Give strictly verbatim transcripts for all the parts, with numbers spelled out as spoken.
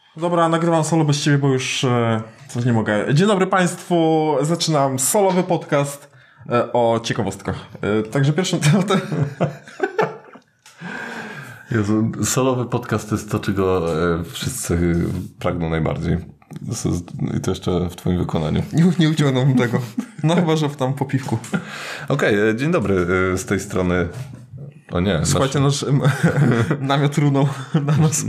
Dobra, nagrywam solo bez ciebie, bo już e, coś nie mogę. Dzień dobry Państwu, zaczynam solowy podcast e, o ciekawostkach. E, także pierwszym tematem... Jezu, solowy podcast to jest to, czego e, wszyscy pragną najbardziej. I to jeszcze w twoim wykonaniu. Nie, nie uciągnąłem tego. No chyba, że w tam po piwku. Okej, okay, dzień dobry z tej strony. O nie. Słuchajcie, nasz, nasz namiot runął na nas.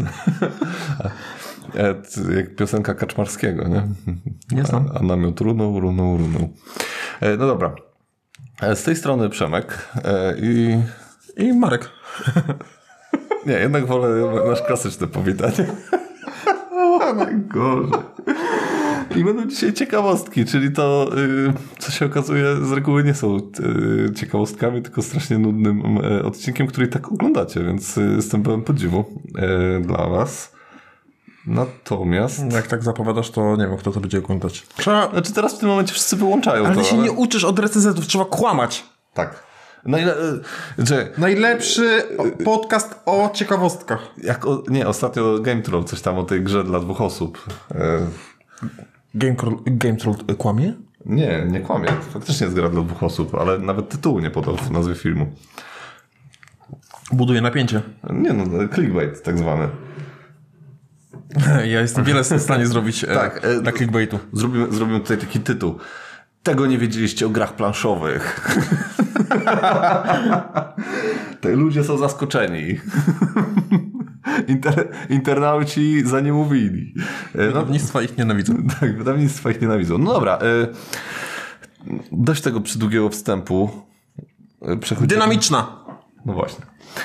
Jak piosenka Kaczmarskiego, nie? Nie znam. A, a namiot runął, runął, runął. No dobra. Z tej strony Przemek i... I Marek. Nie, jednak wolę nasz klasyczne powitanie. O, najgorzej. I będą dzisiaj ciekawostki, czyli to, co się okazuje, z reguły nie są ciekawostkami, tylko strasznie nudnym odcinkiem, który i tak oglądacie, więc jestem pełen podziwu dla was. Natomiast... Jak tak zapowiadasz, to nie wiem, kto to będzie oglądać. Trzeba... Znaczy teraz w tym momencie wszyscy wyłączają ale to. Ale się nie uczysz od recenzentów, trzeba kłamać. Tak. Najle... Że... Najlepszy podcast o ciekawostkach. Jak o... Nie, ostatnio Game Troll coś tam o tej grze dla dwóch osób. Game, Game Troll kłamie? Nie, nie kłamie. Faktycznie jest gra dla dwóch osób, ale nawet tytułu nie podał w nazwie filmu. Buduje napięcie. Nie no, clickbait tak zwany. Ja jestem wiele w stanie zrobić tak, e, na clickbaitu. Zrobimy, zrobimy tutaj taki tytuł. Tego nie wiedzieliście o grach planszowych. Te ludzie są zaskoczeni. Inter, internauci za nie mówili. Wydawnictwa no, ich nienawidzą. Tak, wydawnictwa ich nienawidzą. No dobra. Dość tego przydługiego wstępu. Przechodzimy... Dynamiczna. No właśnie.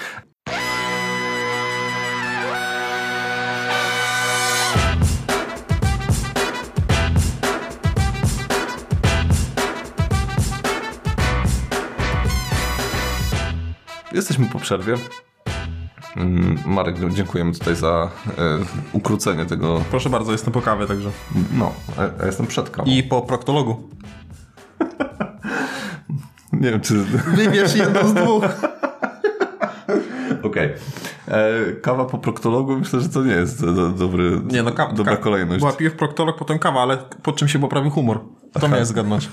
Jesteśmy po przerwie. Marek, dziękujemy tutaj za e, ukrócenie tego. Proszę bardzo, jestem po kawie, także. No, ja jestem przed kawą. I po proktologu. Nie wiem, czy... Wybierz jedno z dwóch. Okej. Okay. Kawa po proktologu, myślę, że to nie jest do, do, dobry, nie, no, ka- dobra ka- kolejność. Była piw proktolog, potem kawa, ale po czym się poprawił humor? To miałeś zgadnąć.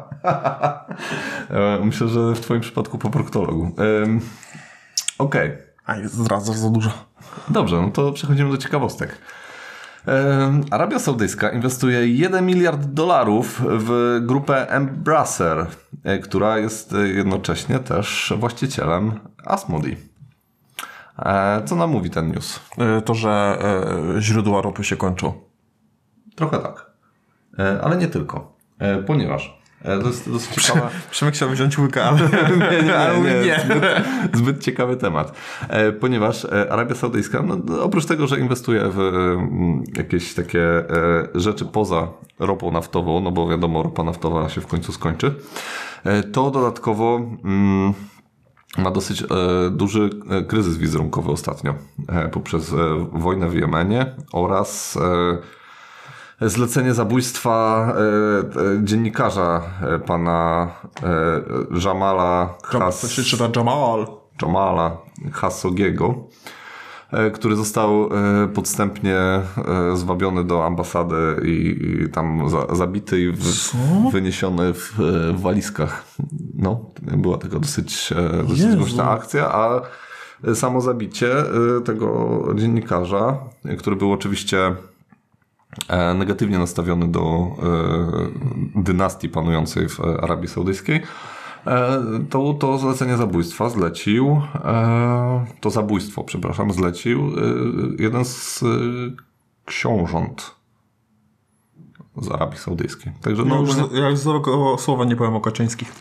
Myślę, że w twoim przypadku po proktologu. Um, Okej. Okay. A, zdradzasz za dużo. Dobrze, no to przechodzimy do ciekawostek. Um, Arabia Saudyjska inwestuje jeden miliard dolarów w grupę Embracer, która jest jednocześnie też właścicielem Asmodee. E, co nam mówi ten news? E, to, że e, źródła ropy się kończą. Trochę tak. E, ale nie tylko. E, ponieważ e, to jest dosyć ciekawe. Przemek chciał wziąć łykę, ale nie, nie, ale nie, nie. Zbyt, zbyt ciekawy temat. E, ponieważ Arabia Saudyjska, no, oprócz tego, że inwestuje w m, jakieś takie e, rzeczy poza ropą naftową, no bo wiadomo, ropa naftowa się w końcu skończy, e, to dodatkowo m, ma dosyć e, duży e, kryzys wizerunkowy ostatnio e, poprzez e, wojnę w Jemenie oraz e, zlecenie zabójstwa e, e, dziennikarza e, pana e, Jamala Has... To się czyta Jamal. Jamala Khashoggiego, e, który został e, podstępnie e, zwabiony do ambasady i, i tam za, zabity i w, wyniesiony w, w walizkach. No, była taka dosyć, e, dosyć głośna akcja, a samo zabicie e, tego dziennikarza, który był oczywiście e, negatywnie nastawiony do e, dynastii panującej w Arabii Saudyjskiej, To, to zlecenie zabójstwa zlecił, to zabójstwo, przepraszam, zlecił jeden z książąt z Arabii Saudyjskiej. Także no, ja, już, ja już złego słowa nie powiem o Kaczyńskich.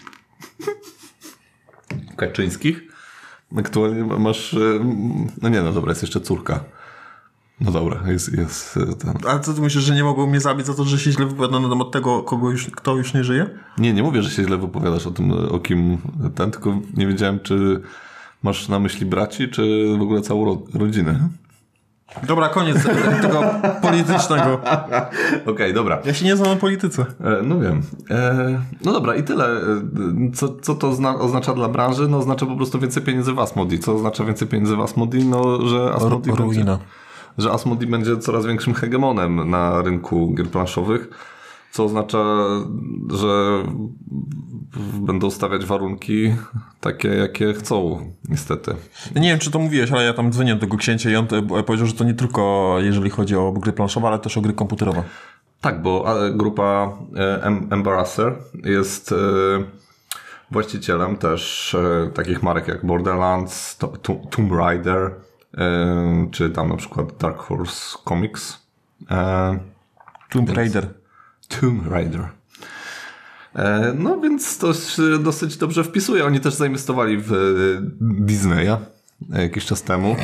Kaczyńskich? Aktualnie masz, no nie, no dobra, jest jeszcze córka. No dobra, jest, jest ten. Ale co ty myślisz, że nie mogą mnie zabić za to, że się źle wypowiada na temat tego, kogo już, kto już nie żyje? Nie, nie mówię, że się źle wypowiadasz o tym, o kim ten, tylko nie wiedziałem, czy masz na myśli braci, czy w ogóle całą ro- rodzinę. Dobra, koniec tego politycznego. Okej, okay, dobra. Ja się nie znam na polityce. E, no wiem. E, no dobra, i tyle. Co, co to zna- oznacza dla branży? No oznacza po prostu więcej pieniędzy w Asmodee. Co oznacza więcej pieniędzy w Asmodee? No, że Asmodee Ru- ruina. będzie... że Asmodee będzie coraz większym hegemonem na rynku gier planszowych, co oznacza, że będą stawiać warunki takie, jakie chcą, niestety. Nie wiem, czy to mówiłeś, ale ja tam dzwoniłem do tego księcia i on powiedział, że to nie tylko jeżeli chodzi o gry planszowe, ale też o gry komputerowe. Tak, bo grupa Embracer jest właścicielem też takich marek jak Borderlands, Tomb Raider, czy tam na przykład Dark Horse Comics. Tomb Raider. Tomb Raider. No więc to się dosyć dobrze wpisuje. Oni też zainwestowali w Disneya jakiś czas temu.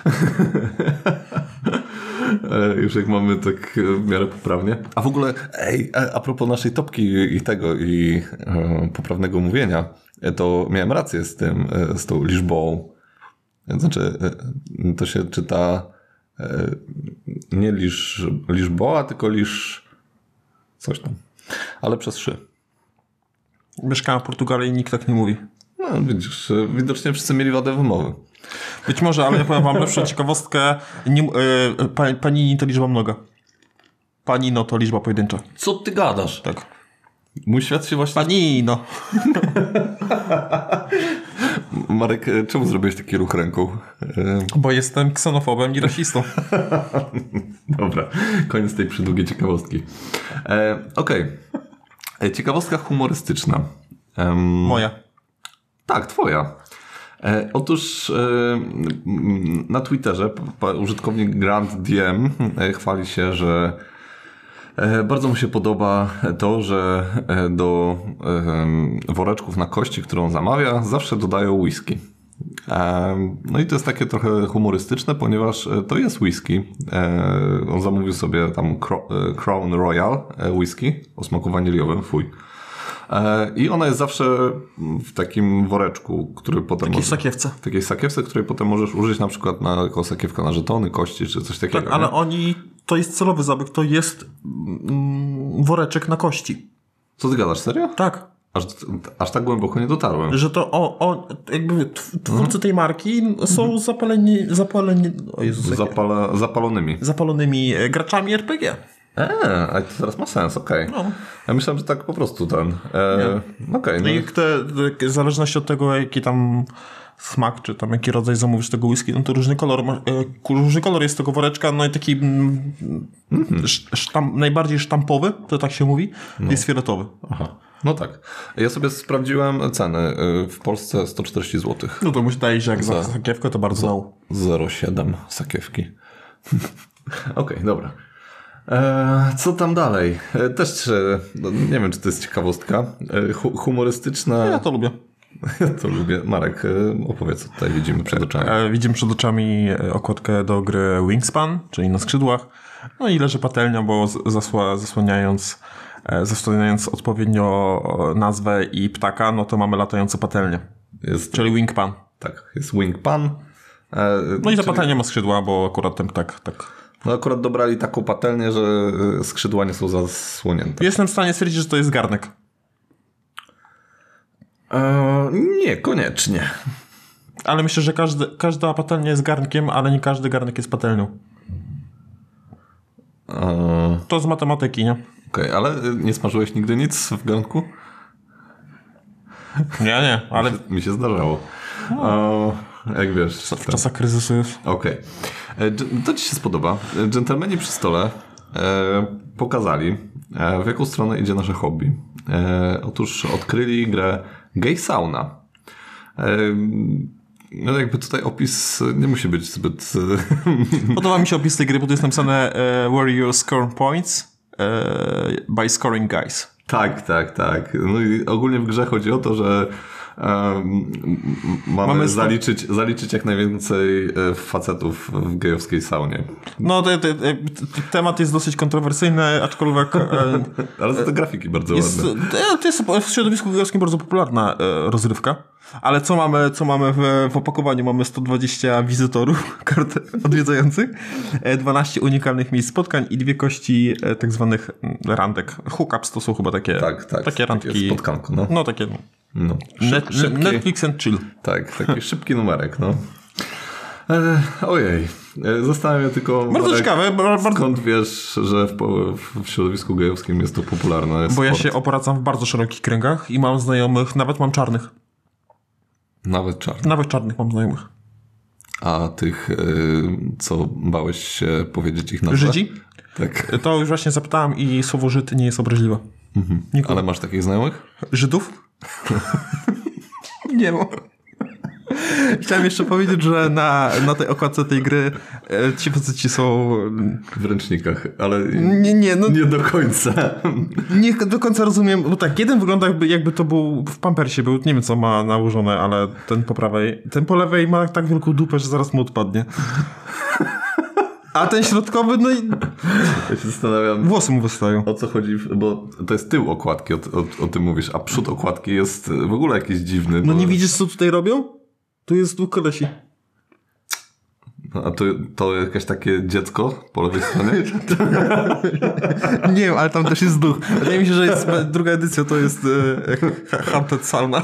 Już jak mamy tak w miarę poprawnie. A w ogóle, ej, a propos naszej topki i tego, i e, poprawnego mówienia, to miałem rację z tym, z tą liczbą. Znaczy, to się czyta e, nie lisz, liczboa, tylko lisz coś tam. Ale przez szy. Mieszkałem w Portugalii i nikt tak nie mówi. No widzisz, widocznie wszyscy mieli wadę wymowy. Być może, ale ja powiem wam lepszą ciekawostkę. Nie, yy, pa, panini to liczba mnoga. Panino to liczba pojedyncza. Co ty gadasz? Tak. Mój świat się właśnie... Panino. Marek, czemu zrobiłeś taki ruch ręką? Bo jestem ksenofobem i rasistą. Dobra, koniec tej przydługiej ciekawostki. E, Okej. Okay. Ciekawostka humorystyczna. Um, Moja. Tak, twoja. E, otóż e, na Twitterze p- użytkownik Grand D M e, chwali się, że e, bardzo mu się podoba to, że e, do e, woreczków na kości, którą zamawia, zawsze dodają whisky. E, no i to jest takie trochę humorystyczne, ponieważ to jest whisky. E, on zamówił sobie tam Cro- Crown Royal whisky o smaku waniliowym, fuj. I ona jest zawsze w takim woreczku, który potem... Takiej może, sakiewce. W takiej sakiewce, której potem możesz użyć na przykład na, jako sakiewka na żetony, kości, czy coś takiego. Tak, ale nie? oni... To jest celowy zabieg, to jest mm, woreczek na kości. Co ty gadasz, serio? Tak. Aż, aż tak głęboko nie dotarłem. Że to o, o, jakby twórcy tej marki są zapaleni... zapaleni o Jezus, Zapala, zapalonymi. zapalonymi graczami R P G. Eee, a to teraz ma sens, okej. Okay. No. Ja myślałem, że tak po prostu ten... E, okej. No no i te, te, w zależności od tego, jaki tam smak, czy tam jaki rodzaj zamówisz tego whisky, no to różny kolor, ma, e, różny kolor jest tego woreczka, no i taki mm, mm-hmm. sztam, najbardziej sztampowy, to tak się mówi, no. Jest fioletowy. Aha. No tak. Ja sobie sprawdziłem ceny. W Polsce sto czterdzieści złotych. No to musi dać, że jak za, za sakiewkę to bardzo mało. zero przecinek siedem sakiewki. Okej, okay, dobra. E, co tam dalej? E, też e, no, nie wiem, czy to jest ciekawostka. E, hu- humorystyczna. Ja to lubię. Ja to lubię. Marek, e, opowiedz, co tutaj widzimy przed oczami. E, widzimy przed oczami okładkę do gry Wingspan, czyli na skrzydłach. No i leży patelnia, bo zasła, zasłaniając, e, zasłaniając odpowiednio nazwę i ptaka, no to mamy latające patelnie. Jest, czyli Wingpan. Tak, jest Wingpan. E, no i ta czyli... patelnia ma skrzydła, bo akurat ten ptak tak... No akurat dobrali taką patelnię, że skrzydła nie są zasłonięte. Jestem w stanie stwierdzić, że to jest garnek. Eee, nie, koniecznie. Ale myślę, że każdy, każda patelnia jest garnkiem, ale nie każdy garnek jest patelnią. Eee... To z matematyki, nie? Okej, okay, ale nie smażyłeś nigdy nic w garnku? Nie, nie, ale... Mi się, mi się zdarzało. No. Eee, jak wiesz. W tak. czasach kryzysu jest. Okej. Okay. To ci się spodoba. Dżentelmeni przy stole e, pokazali, e, w jaką stronę idzie nasze hobby. E, otóż odkryli grę Gay Sauna. E, no jakby tutaj opis nie musi być zbyt... Podoba mi się opis tej gry, bo to jest napisane uh, where you score points uh, by scoring guys. Tak, tak, tak. No i ogólnie w grze chodzi o to, że Um, mamy, mamy zaliczyć, zaliczyć jak najwięcej facetów w gejowskiej saunie. No te, te, te, temat jest dosyć kontrowersyjny, aczkolwiek... Ale za to grafiki bardzo jest, ładne. To jest w środowisku gejowskim bardzo popularna e, rozrywka. Ale co mamy, co mamy w, w opakowaniu? Mamy sto dwadzieścia wizytorów, kart odwiedzających, dwanaście unikalnych miejsc spotkań i dwie kości e, tak zwanych randek. Hookups to są chyba takie, tak, tak, takie randki. Takie spotkanko, no. No takie... No. Net, szybki, Netflix and chill. Tak, taki szybki numerek, no. E, ojej. Zastanawiam się tylko, bardzo Marek, ciekawe. Bardzo... skąd wiesz, że w, w środowisku gejowskim jest to popularne? Bo sport. ja się obracam w bardzo szerokich kręgach i mam znajomych, nawet mam czarnych. Nawet czarnych? Nawet czarnych mam znajomych. A tych, co bałeś się powiedzieć ich nazwę? Żydzi? Tak. To już właśnie zapytałem i słowo Żyd nie jest obraźliwe. Mhm. Ale masz takich znajomych? Żydów? Nie mam. Chciałem jeszcze powiedzieć, że na, na tej okładce tej gry e, ci faceci są... W ręcznikach, ale nie, nie, no, nie do końca. Nie do końca rozumiem, bo tak, jeden wygląda jakby, jakby to był w pampersie, był, nie wiem co ma nałożone, ale ten po prawej, ten po lewej ma tak wielką dupę, że zaraz mu odpadnie. A ten środkowy, no i... Ja się zastanawiam... Włosy mu wystają. O co chodzi, bo to jest tył okładki, o, o, o tym mówisz, a przód okładki jest w ogóle jakiś dziwny. No bo... nie widzisz, co tutaj robią? Tu jest dwóch kolesi. No, a to, to jakieś takie dziecko po lewej stronie? Nie wiem, ale tam też jest duch. Wydaje mi się, że jest druga edycja, to jest e, jak Haunted Salma.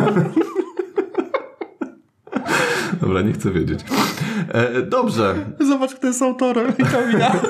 Dobra, nie chcę wiedzieć. E, dobrze. Zobacz, kto jest autorem. I to ja.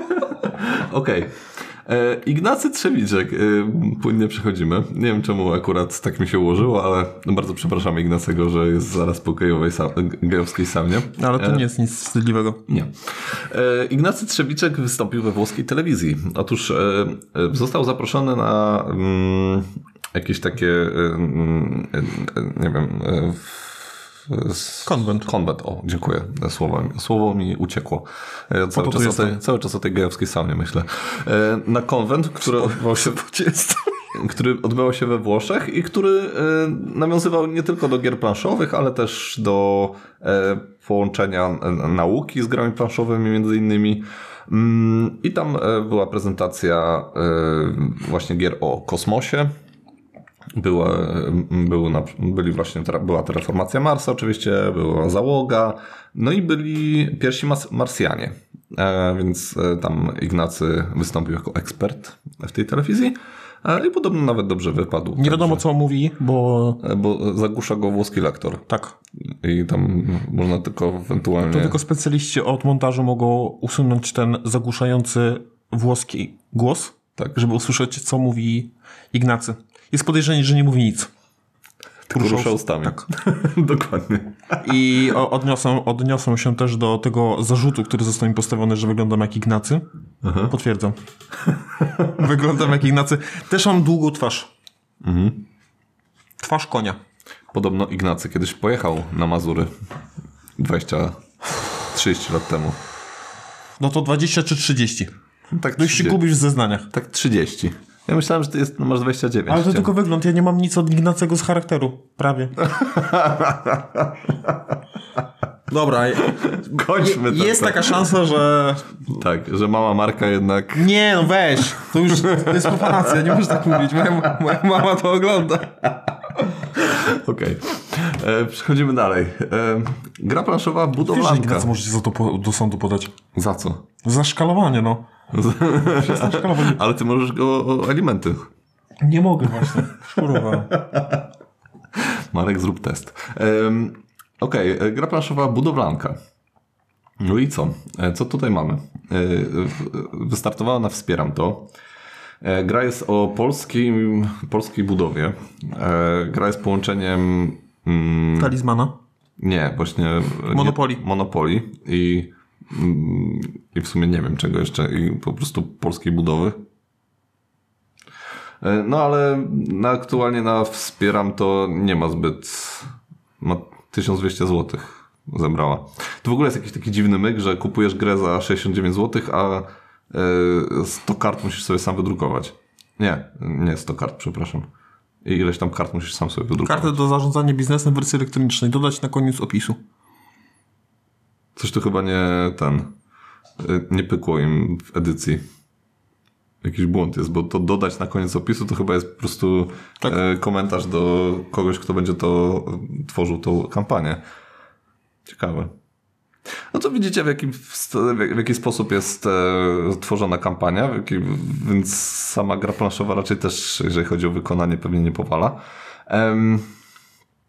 Okej. Okay. Ignacy Trzewiczek, e, płynnie przechodzimy. Nie wiem czemu akurat tak mi się ułożyło, ale bardzo przepraszamy Ignacego, że jest zaraz po gejowej sa- gejowskiej saunie. Ale to nie jest nic wstydliwego. Nie. E, Ignacy Trzewiczek wystąpił we włoskiej telewizji. Otóż e, został zaproszony na mm, jakieś takie mm, nie wiem... E, Konwent. Konwent, o, dziękuję. Słowo, słowo mi uciekło. Ja cały, czas o tej, cały czas o tej gejowskiej saunie myślę. Na konwent, który odbywał się, który odbywał się we Włoszech i który nawiązywał nie tylko do gier planszowych, ale też do połączenia nauki z grami planszowymi między innymi. I tam była prezentacja właśnie gier o kosmosie. Była, był na, byli właśnie, była terraformacja Marsa oczywiście, była załoga, no i byli pierwsi mas, Marsjanie. E, więc tam Ignacy wystąpił jako ekspert w tej telewizji e, i podobno nawet dobrze wypadł. Nie wiadomo także, co mówi, bo... Bo zagłusza go włoski lektor. Tak. I tam można tylko ewentualnie... To tylko specjaliści od montażu mogą usunąć ten zagłuszający włoski głos, tak, żeby usłyszeć, co mówi Ignacy. Jest podejrzenie, że nie mówi nic. Tylko rusza ustami. Tak. Dokładnie. I odniosą, odniosą się też do tego zarzutu, który został mi postawiony, że wyglądam jak Ignacy. Aha. Potwierdzam. Wyglądam jak Ignacy. Też mam długą twarz. Mhm. Twarz konia. Podobno Ignacy kiedyś pojechał na Mazury dwadzieścia trzydzieści lat temu. No to dwadzieścia czy trzydzieści? Tak, no już się gubisz w zeznaniach. Tak trzydzieści. Ja myślałem, że ty jest, no masz dwadzieścia dziewięć. Ale to tylko wygląd. Ja nie mam nic od Ignacego z charakteru. Prawie. Dobra. Kończmy to. Jest taka szansa, że... Tak, że mama Marka jednak... Nie, no weź. To już to jest profanacja. Nie możesz tak mówić. Moja, moja mama to ogląda. Okej. Okay. Przechodzimy dalej. E, gra planszowa Budowlanka. Wiesz, Ignacy możecie za to po, do sądu podać. Za co? Za szkalowanie, no. Ale ty możesz go o alimenty. Nie mogę właśnie. Szkurowa. Marek, zrób test. Um, Okej, okay. Gra planszowa Budowlanka. No i co? Co tutaj mamy? Wystartowała na Wspieram to. Gra jest o polskim, polskiej budowie. Gra jest połączeniem... Mm, Talizmana? Nie, właśnie... Monopolii. Nie, Monopolii i... I w sumie nie wiem czego jeszcze. I po prostu polskiej budowy. No ale na, aktualnie na Wspieram to nie ma zbyt... Ma tysiąc dwieście złotych zebrała. To w ogóle jest jakiś taki dziwny myk, że kupujesz grę za sześćdziesiąt dziewięć złotych, a sto kart musisz sobie sam wydrukować. Nie, nie sto kart, przepraszam. I ileś tam kart musisz sam sobie wydrukować. Kartę do zarządzania biznesem w wersji elektronicznej. Dodać na koniec opisu. Coś tu chyba nie ten... Nie pykło im w edycji. Jakiś błąd jest, bo to dodać na koniec opisu to chyba jest po prostu tak. komentarz do kogoś, kto będzie to tworzył tą kampanię. Ciekawe. No to widzicie, w jaki, w jaki sposób jest e, tworzona kampania, w jaki, więc sama gra planszowa raczej też, jeżeli chodzi o wykonanie, pewnie nie powala. Ehm,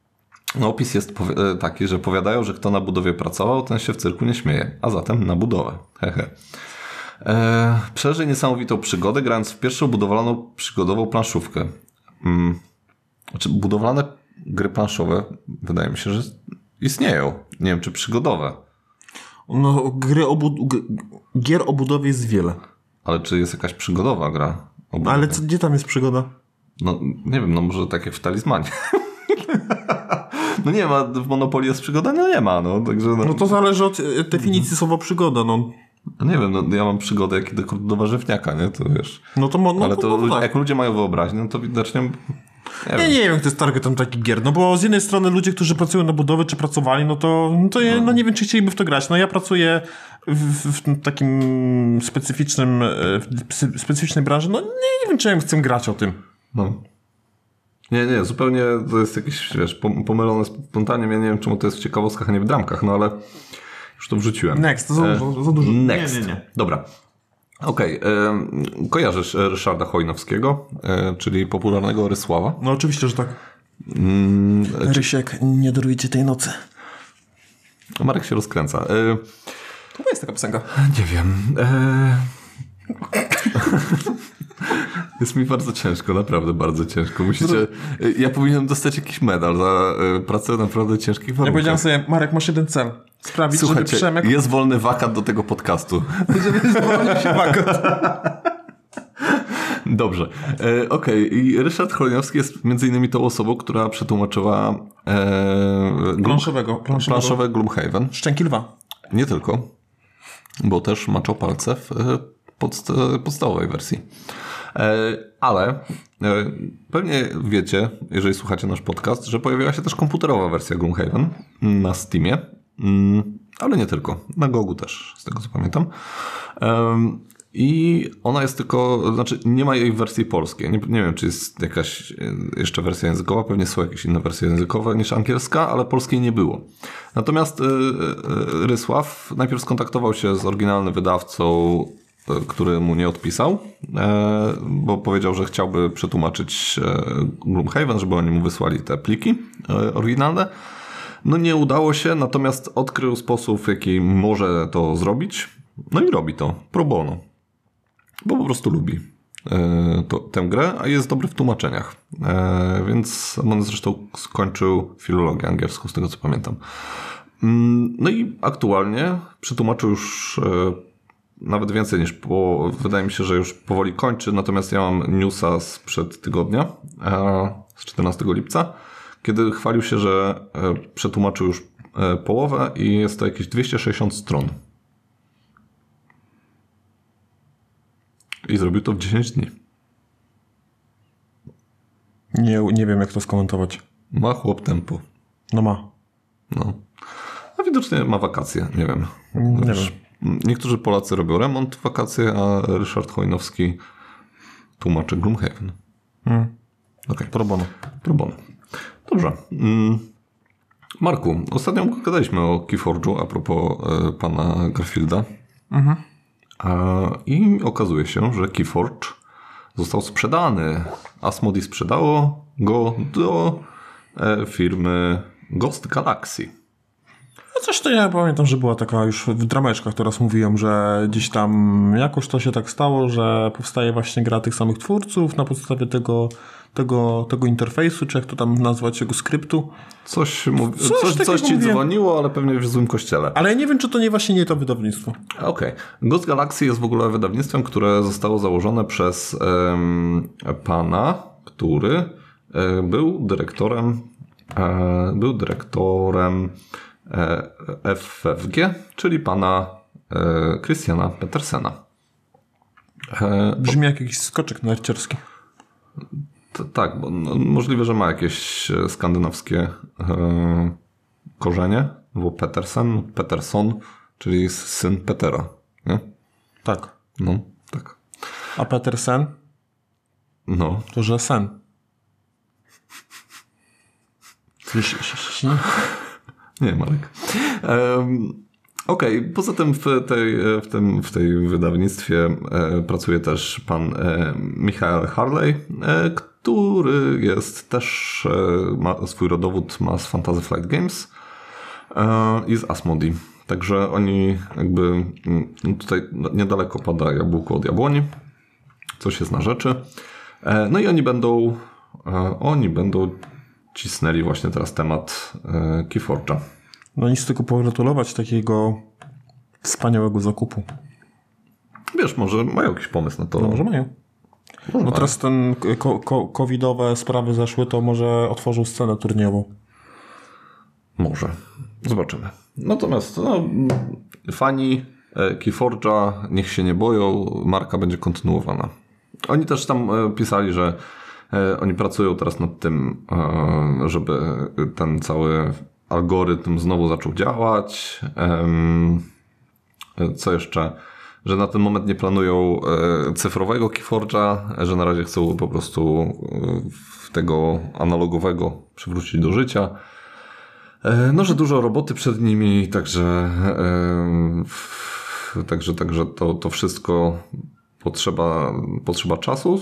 No, opis jest powi- taki, że powiadają, że kto na budowie pracował, ten się w cyrku nie śmieje, a zatem na budowę. Hehe. Eee, przeżyj niesamowitą przygodę, grając w pierwszą budowlaną przygodową planszówkę. Hmm. Znaczy, budowlane gry planszowe, wydaje mi się, że istnieją. Nie wiem, czy przygodowe. No, gry o bud- g- gier o budowie jest wiele. Ale czy jest jakaś przygodowa gra? Ale co, gdzie tam jest przygoda? No, nie wiem, no może tak jak w Talizmanie. No nie ma, w Monopolii jest przygoda? No nie ma, no. Także, no. No to zależy od definicji słowa przygoda, no. No nie wiem, no ja mam przygodę jak idę do warzywniaka, nie? To wiesz. No to, no, ale to, no, no tak. Jak ludzie mają wyobraźnię, no to widocznie... Nie ja wiem. nie wiem, jak to jest targetem takich gier, no bo z jednej strony ludzie, którzy pracują na budowie, czy pracowali, no to, no to ja, no nie wiem, czy chcieliby w to grać. No ja pracuję w, w takim specyficznym, w specyficznej branży, no nie, nie wiem, czy ja chcę grać o tym. No. Nie, nie, zupełnie to jest jakieś, wiesz, pomylone spontannie. Ja nie wiem, czemu to jest w ciekawostkach, a nie w dramkach, no ale już to wrzuciłem. Next, to za dużo. Za dużo. Next. Nie, nie, nie. Dobra. Okej, okay. Kojarzysz Ryszarda Chojnowskiego, e, czyli popularnego Rysława? No oczywiście, że tak. Mm, Rysiek, nie darujcie tej nocy. Marek się rozkręca. E, to jest taka piosenka. Nie wiem. E... Jest mi bardzo ciężko, naprawdę bardzo ciężko. Musicie... Ja powinienem dostać jakiś medal za pracę naprawdę ciężkich warunkach. Ja powiedziałem sobie, Marek, masz jeden cel. Sprawić, Słuchajcie, żeby Przemek... jest wolny wakat do tego podcastu. Żeby zwolnił się wakat. Dobrze. E, Okej. Okay. I Ryszard Chojnowski jest między innymi tą osobą, która przetłumaczyła e, Gloom... planszowego, planszowego. planszowe Gloomhaven. Szczęki lwa. Nie tylko, bo też maczał palce w podst podstawowej wersji. Ale pewnie wiecie, jeżeli słuchacie nasz podcast, że pojawiła się też komputerowa wersja Gloomhaven na Steamie, ale nie tylko, na Gogu też, z tego co pamiętam. I ona jest tylko, znaczy nie ma jej w wersji polskiej. Nie, nie wiem, czy jest jakaś jeszcze wersja językowa, pewnie są jakieś inne wersje językowe niż angielska, ale polskiej nie było. Natomiast Rysław najpierw skontaktował się z oryginalnym wydawcą, który mu nie odpisał, bo powiedział, że chciałby przetłumaczyć Gloomhaven, żeby oni mu wysłali te pliki oryginalne. No nie udało się, natomiast odkrył sposób, w jaki może to zrobić. No i robi to pro bono, bo po prostu lubi to, tę grę, a jest dobry w tłumaczeniach. Więc on zresztą skończył filologię angielską, z tego co pamiętam. No i aktualnie przetłumaczył już nawet więcej niż po, wydaje mi się, że już powoli kończy, natomiast ja mam newsa sprzed tygodnia, z czternastego lipca, kiedy chwalił się, że przetłumaczył już połowę i jest to jakieś dwieście sześćdziesiąt stron. I zrobił to w dziesięć dni. Nie, nie wiem, jak to skomentować. Ma chłop tempo. No ma. No. A widocznie ma wakacje, nie wiem. Nie Wiesz, wiem. Niektórzy Polacy robią remont w wakacje, a Ryszard Chojnowski tłumaczy Gloomhaven. Hmm. Okej. Okay. Pro bono. Pro bono. Dobrze. Marku, ostatnio gadaliśmy o Keyforge'u a propos y, pana Garfielda. Mhm. A, I okazuje się, że Keyforge został sprzedany. Asmodee sprzedało go do e, firmy Ghost Galaxy. No coś to ja pamiętam, że była taka już w drameczkach teraz mówiłem, że gdzieś tam jakoś to się tak stało, że powstaje właśnie gra tych samych twórców na podstawie tego, tego, tego interfejsu, czy jak to tam nazwać, jego skryptu. Coś, mów... coś, coś, coś ci mówiłem. dzwoniło, ale pewnie w złym kościele. Ale ja nie wiem, czy to nie właśnie nie to wydawnictwo. Okej. Okay. Ghost Galaxy jest w ogóle wydawnictwem, które zostało założone przez um, pana, który um, był dyrektorem um, był dyrektorem F F G, czyli pana e, Christiana Petersena. E, Brzmi jak jakiś skoczek narciarski. To, tak, bo no, możliwe, że ma jakieś skandynawskie e, korzenie, bo Petersen, Peterson, czyli syn Petera, nie? Tak. No, tak. A Petersen? No. To, że sen. Coś, Nie, Marek. Um, Okej, okay. Poza tym w, tej, w, tym w tej wydawnictwie e, pracuje też pan e, Michael Harley, e, który jest też, ma swój rodowód ma z Fantasy Flight Games i z Asmodee. Także oni jakby tutaj niedaleko pada jabłko od jabłoni. Coś jest na rzeczy. No i oni będą oni będą cisnęli właśnie teraz temat Keyforge'a. No nic, tylko pogratulować takiego wspaniałego zakupu. Wiesz, może mają jakiś pomysł na to. No może mają. Może no teraz ten ko- ko- covidowe sprawy zeszły, to może otworzył scenę turniejową. Może. Zobaczymy. Natomiast no, fani Keyforge'a niech się nie boją, marka będzie kontynuowana. Oni też tam pisali, że oni pracują teraz nad tym, żeby ten cały algorytm znowu zaczął działać. Co jeszcze? Że na ten moment nie planują cyfrowego Keyforge'a, że na razie chcą po prostu tego analogowego przywrócić do życia. No, że dużo roboty przed nimi, także także, także to, to wszystko potrzeba, potrzeba czasu.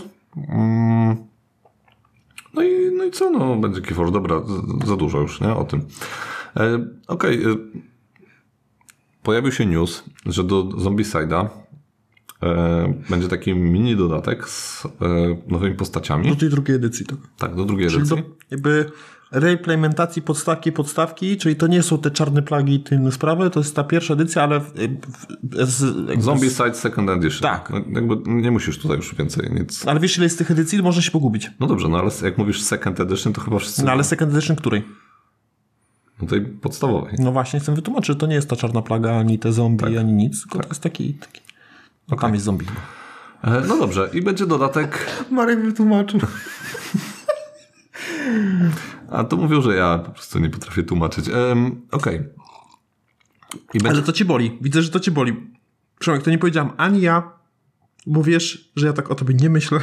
No i, no i co? No, będzie Keyforge. Dobra, za dużo już, nie? O tym. Okej. Okay. Pojawił się news, że do Zombicide'a e, będzie taki mini dodatek z e, nowymi postaciami. Do tej drugiej edycji, tak? Tak, do drugiej czyli edycji. Do, jakby reimplementacji podstawki, podstawki, czyli to nie są te czarne plagi i te inne sprawy, to jest ta pierwsza edycja, ale... W, w, z, Zombicide Second Edition. Tak. No, jakby nie musisz tutaj już więcej nic... Ale wiesz, ile jest tych edycji? Można się pogubić. No dobrze, no ale jak mówisz Second Edition, to chyba wszyscy... No ale Second Edition której? No tej podstawowej. No właśnie, chcę wytłumaczyć, że to nie jest ta czarna plaga, ani te zombie, tak. ani nic, tylko tak. To jest taki... taki... No okay. Tam jest zombie. E, no dobrze, i będzie dodatek... Marek wytłumaczył. A to mówią, że ja po prostu nie potrafię tłumaczyć. Um, Okej. Okay. Będzie... Ale to cię boli. Widzę, że to cię boli. Przemek, to nie powiedziałam ani ja, bo wiesz, że ja tak o tobie nie myślę.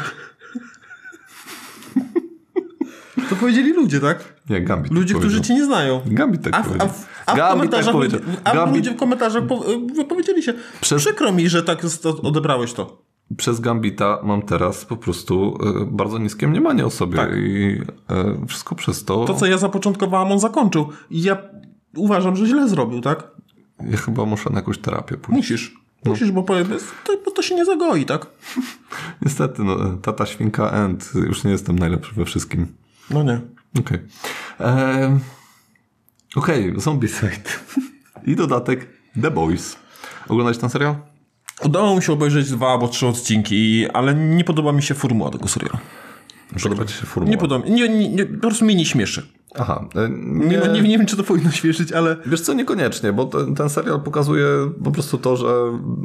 To powiedzieli ludzie, tak? Nie, Gambit. Ludzie, którzy cię nie znają. Gambit tak a w, powiedział. A w, a w Gambit komentarzach, tak a Gambit... ludzie w komentarzach po, wypowiedzieli się. Przez... Przykro mi, że tak odebrałeś to. Przez Gambita mam teraz po prostu y, bardzo niskie mniemanie o sobie tak. i y, wszystko przez to... To, co ja zapoczątkowałam, on zakończył. I ja uważam, że źle zrobił, tak? Ja chyba muszę na jakąś terapię pójść. Musisz. No. Musisz, bo to, bo to się nie zagoi, tak? Niestety, no, tata świnka and. Już nie jestem najlepszy we wszystkim. No nie. Okej. Okay. Okej, okay, Zombicide. I dodatek The Boys. Oglądałeś ten serial? Udało mi się obejrzeć dwa albo trzy odcinki, ale nie podoba mi się formuła tego serialu. Podoba ci się formuła? Nie podoba mi nie, nie, nie, po prostu mnie nie śmieszy. Aha. Nie... Nie, nie, nie wiem, czy to powinno śmieszyć, ale... Wiesz co, niekoniecznie, bo ten, ten serial pokazuje po prostu to, że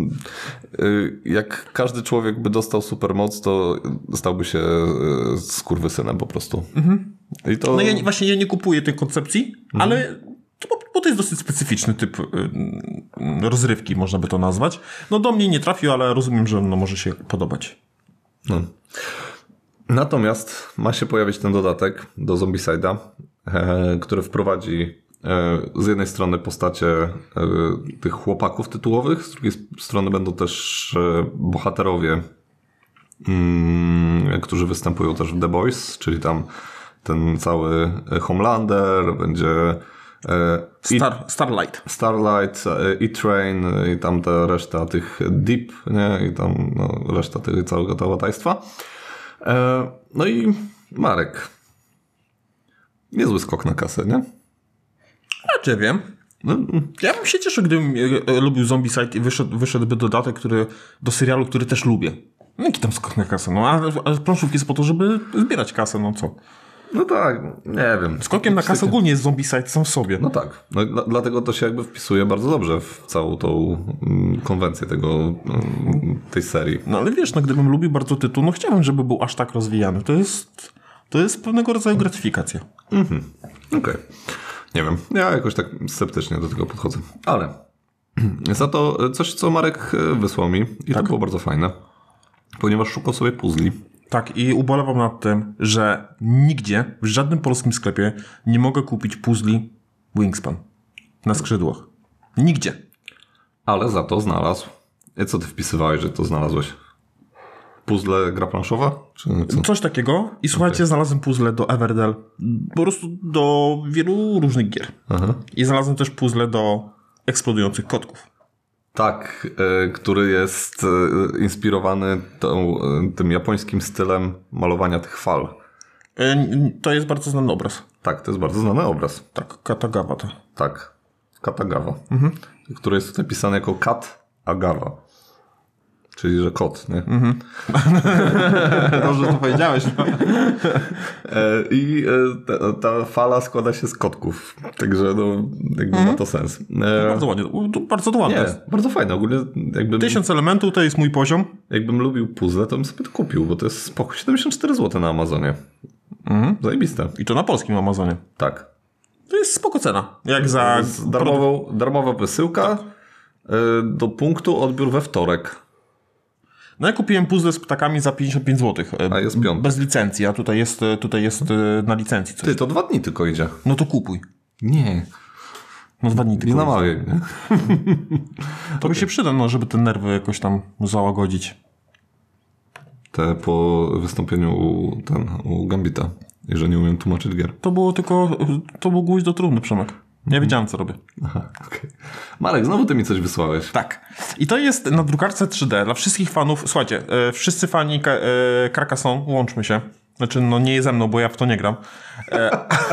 jak każdy człowiek by dostał supermoc, to stałby się skurwysynem po prostu. Mhm. I to... No ja właśnie ja nie kupuję tej koncepcji, mhm. ale... Bo, bo to jest dosyć specyficzny typ y, y, rozrywki, można by to nazwać. No do mnie nie trafił, ale rozumiem, że no, może się podobać. No. Natomiast ma się pojawić ten dodatek do Zombicide'a, e, który wprowadzi e, z jednej strony postacie e, tych chłopaków tytułowych, z drugiej strony będą też e, bohaterowie, mm, którzy występują też w The Boys, czyli tam ten cały Homelander, będzie Star, Starlight. Starlight, E-Train i tam ta reszta tych Deep, nie? I tam no, reszta tego całego tałatajstwa. No i Marek. Niezły skok na kasę, nie? Ja cię wiem. No, ja bym się cieszył, gdybym lubił Zombicide i wyszedł, wyszedłby dodatek który, do serialu, który też lubię. No jaki tam skok na kasę? No a, a planszówki jest po to, żeby zbierać kasę, no co? No tak, nie wiem. Skokiem na kasę ogólnie jest Zombicide sam w sobie. No tak. No, dla, dlatego to się jakby wpisuje bardzo dobrze w całą tą mm, konwencję tego, mm, tej serii. No ale wiesz, no gdybym lubił bardzo tytuł, no chciałem, żeby był aż tak rozwijany. To jest, to jest pewnego rodzaju gratyfikacja. Mhm. Okej. Okay. Nie wiem. Ja jakoś tak sceptycznie do tego podchodzę. Ale za to coś, co Marek wysłał mi i tak. To było bardzo fajne. Ponieważ szukał sobie puzli. Tak, i ubolewam nad tym, że nigdzie, w żadnym polskim sklepie nie mogę kupić puzli Wingspan na skrzydłach. Nigdzie. Ale za to znalazł. I co ty wpisywałeś, że to znalazłeś? Puzzle gra planszowa? Czy co? Coś takiego. I słuchajcie, okay. znalazłem puzzle do Everdell. Po prostu do wielu różnych gier. Aha. I znalazłem też puzzle do eksplodujących kotków. Tak, y, który jest y, inspirowany tą, y, tym japońskim stylem malowania tych fal. Y, to jest bardzo znany obraz. Tak, to jest bardzo znany obraz. Tak, Katagawa to. Tak, Katagawa. Mhm. Który jest tutaj pisany jako Kat Agawa. Czyli, że kot, nie? Mhm. Dobrze to powiedziałeś. No. I ta, ta fala składa się z kotków. Także no, jakby mhm. ma to sens. Bardzo ładnie. To bardzo to ładne. Nie, bardzo fajne. Ogólnie jakbym, Tysiąc elementów to jest mój poziom. Jakbym lubił puzzle, to bym sobie to kupił, bo to jest spoko. siedemdziesiąt cztery złote na Amazonie. Mhm. Zajebiste. I to na polskim Amazonie. Tak. To jest spoko cena. Jak za... Darmową, darmowa wysyłka tak. do punktu, odbiór we wtorek. No ja kupiłem puzzle z ptakami za pięćdziesiąt pięć złotych. A jest piątek. Bez licencji, a tutaj jest, tutaj jest na licencji coś. Ty, to dwa dni tylko idzie. No to kupuj. Nie. No dwa dni tylko. Nie namawiaj, nie? To okay. by się przyda, no, żeby te nerwy jakoś tam załagodzić. Te po wystąpieniu u, ten, u Gambita, jeżeli nie umiem tłumaczyć gier. To było tylko, to był gwóźdź do trumny, Przemek. Nie wiedziałem, co robię. Aha, okay. Marek, znowu ty mi coś wysłałeś. Tak. I to jest na drukarce trzy D dla wszystkich fanów. Słuchajcie, e, wszyscy fani ka- e, Carcassonne, łączmy się. Znaczy, no nie ze mną, bo ja w to nie gram. E,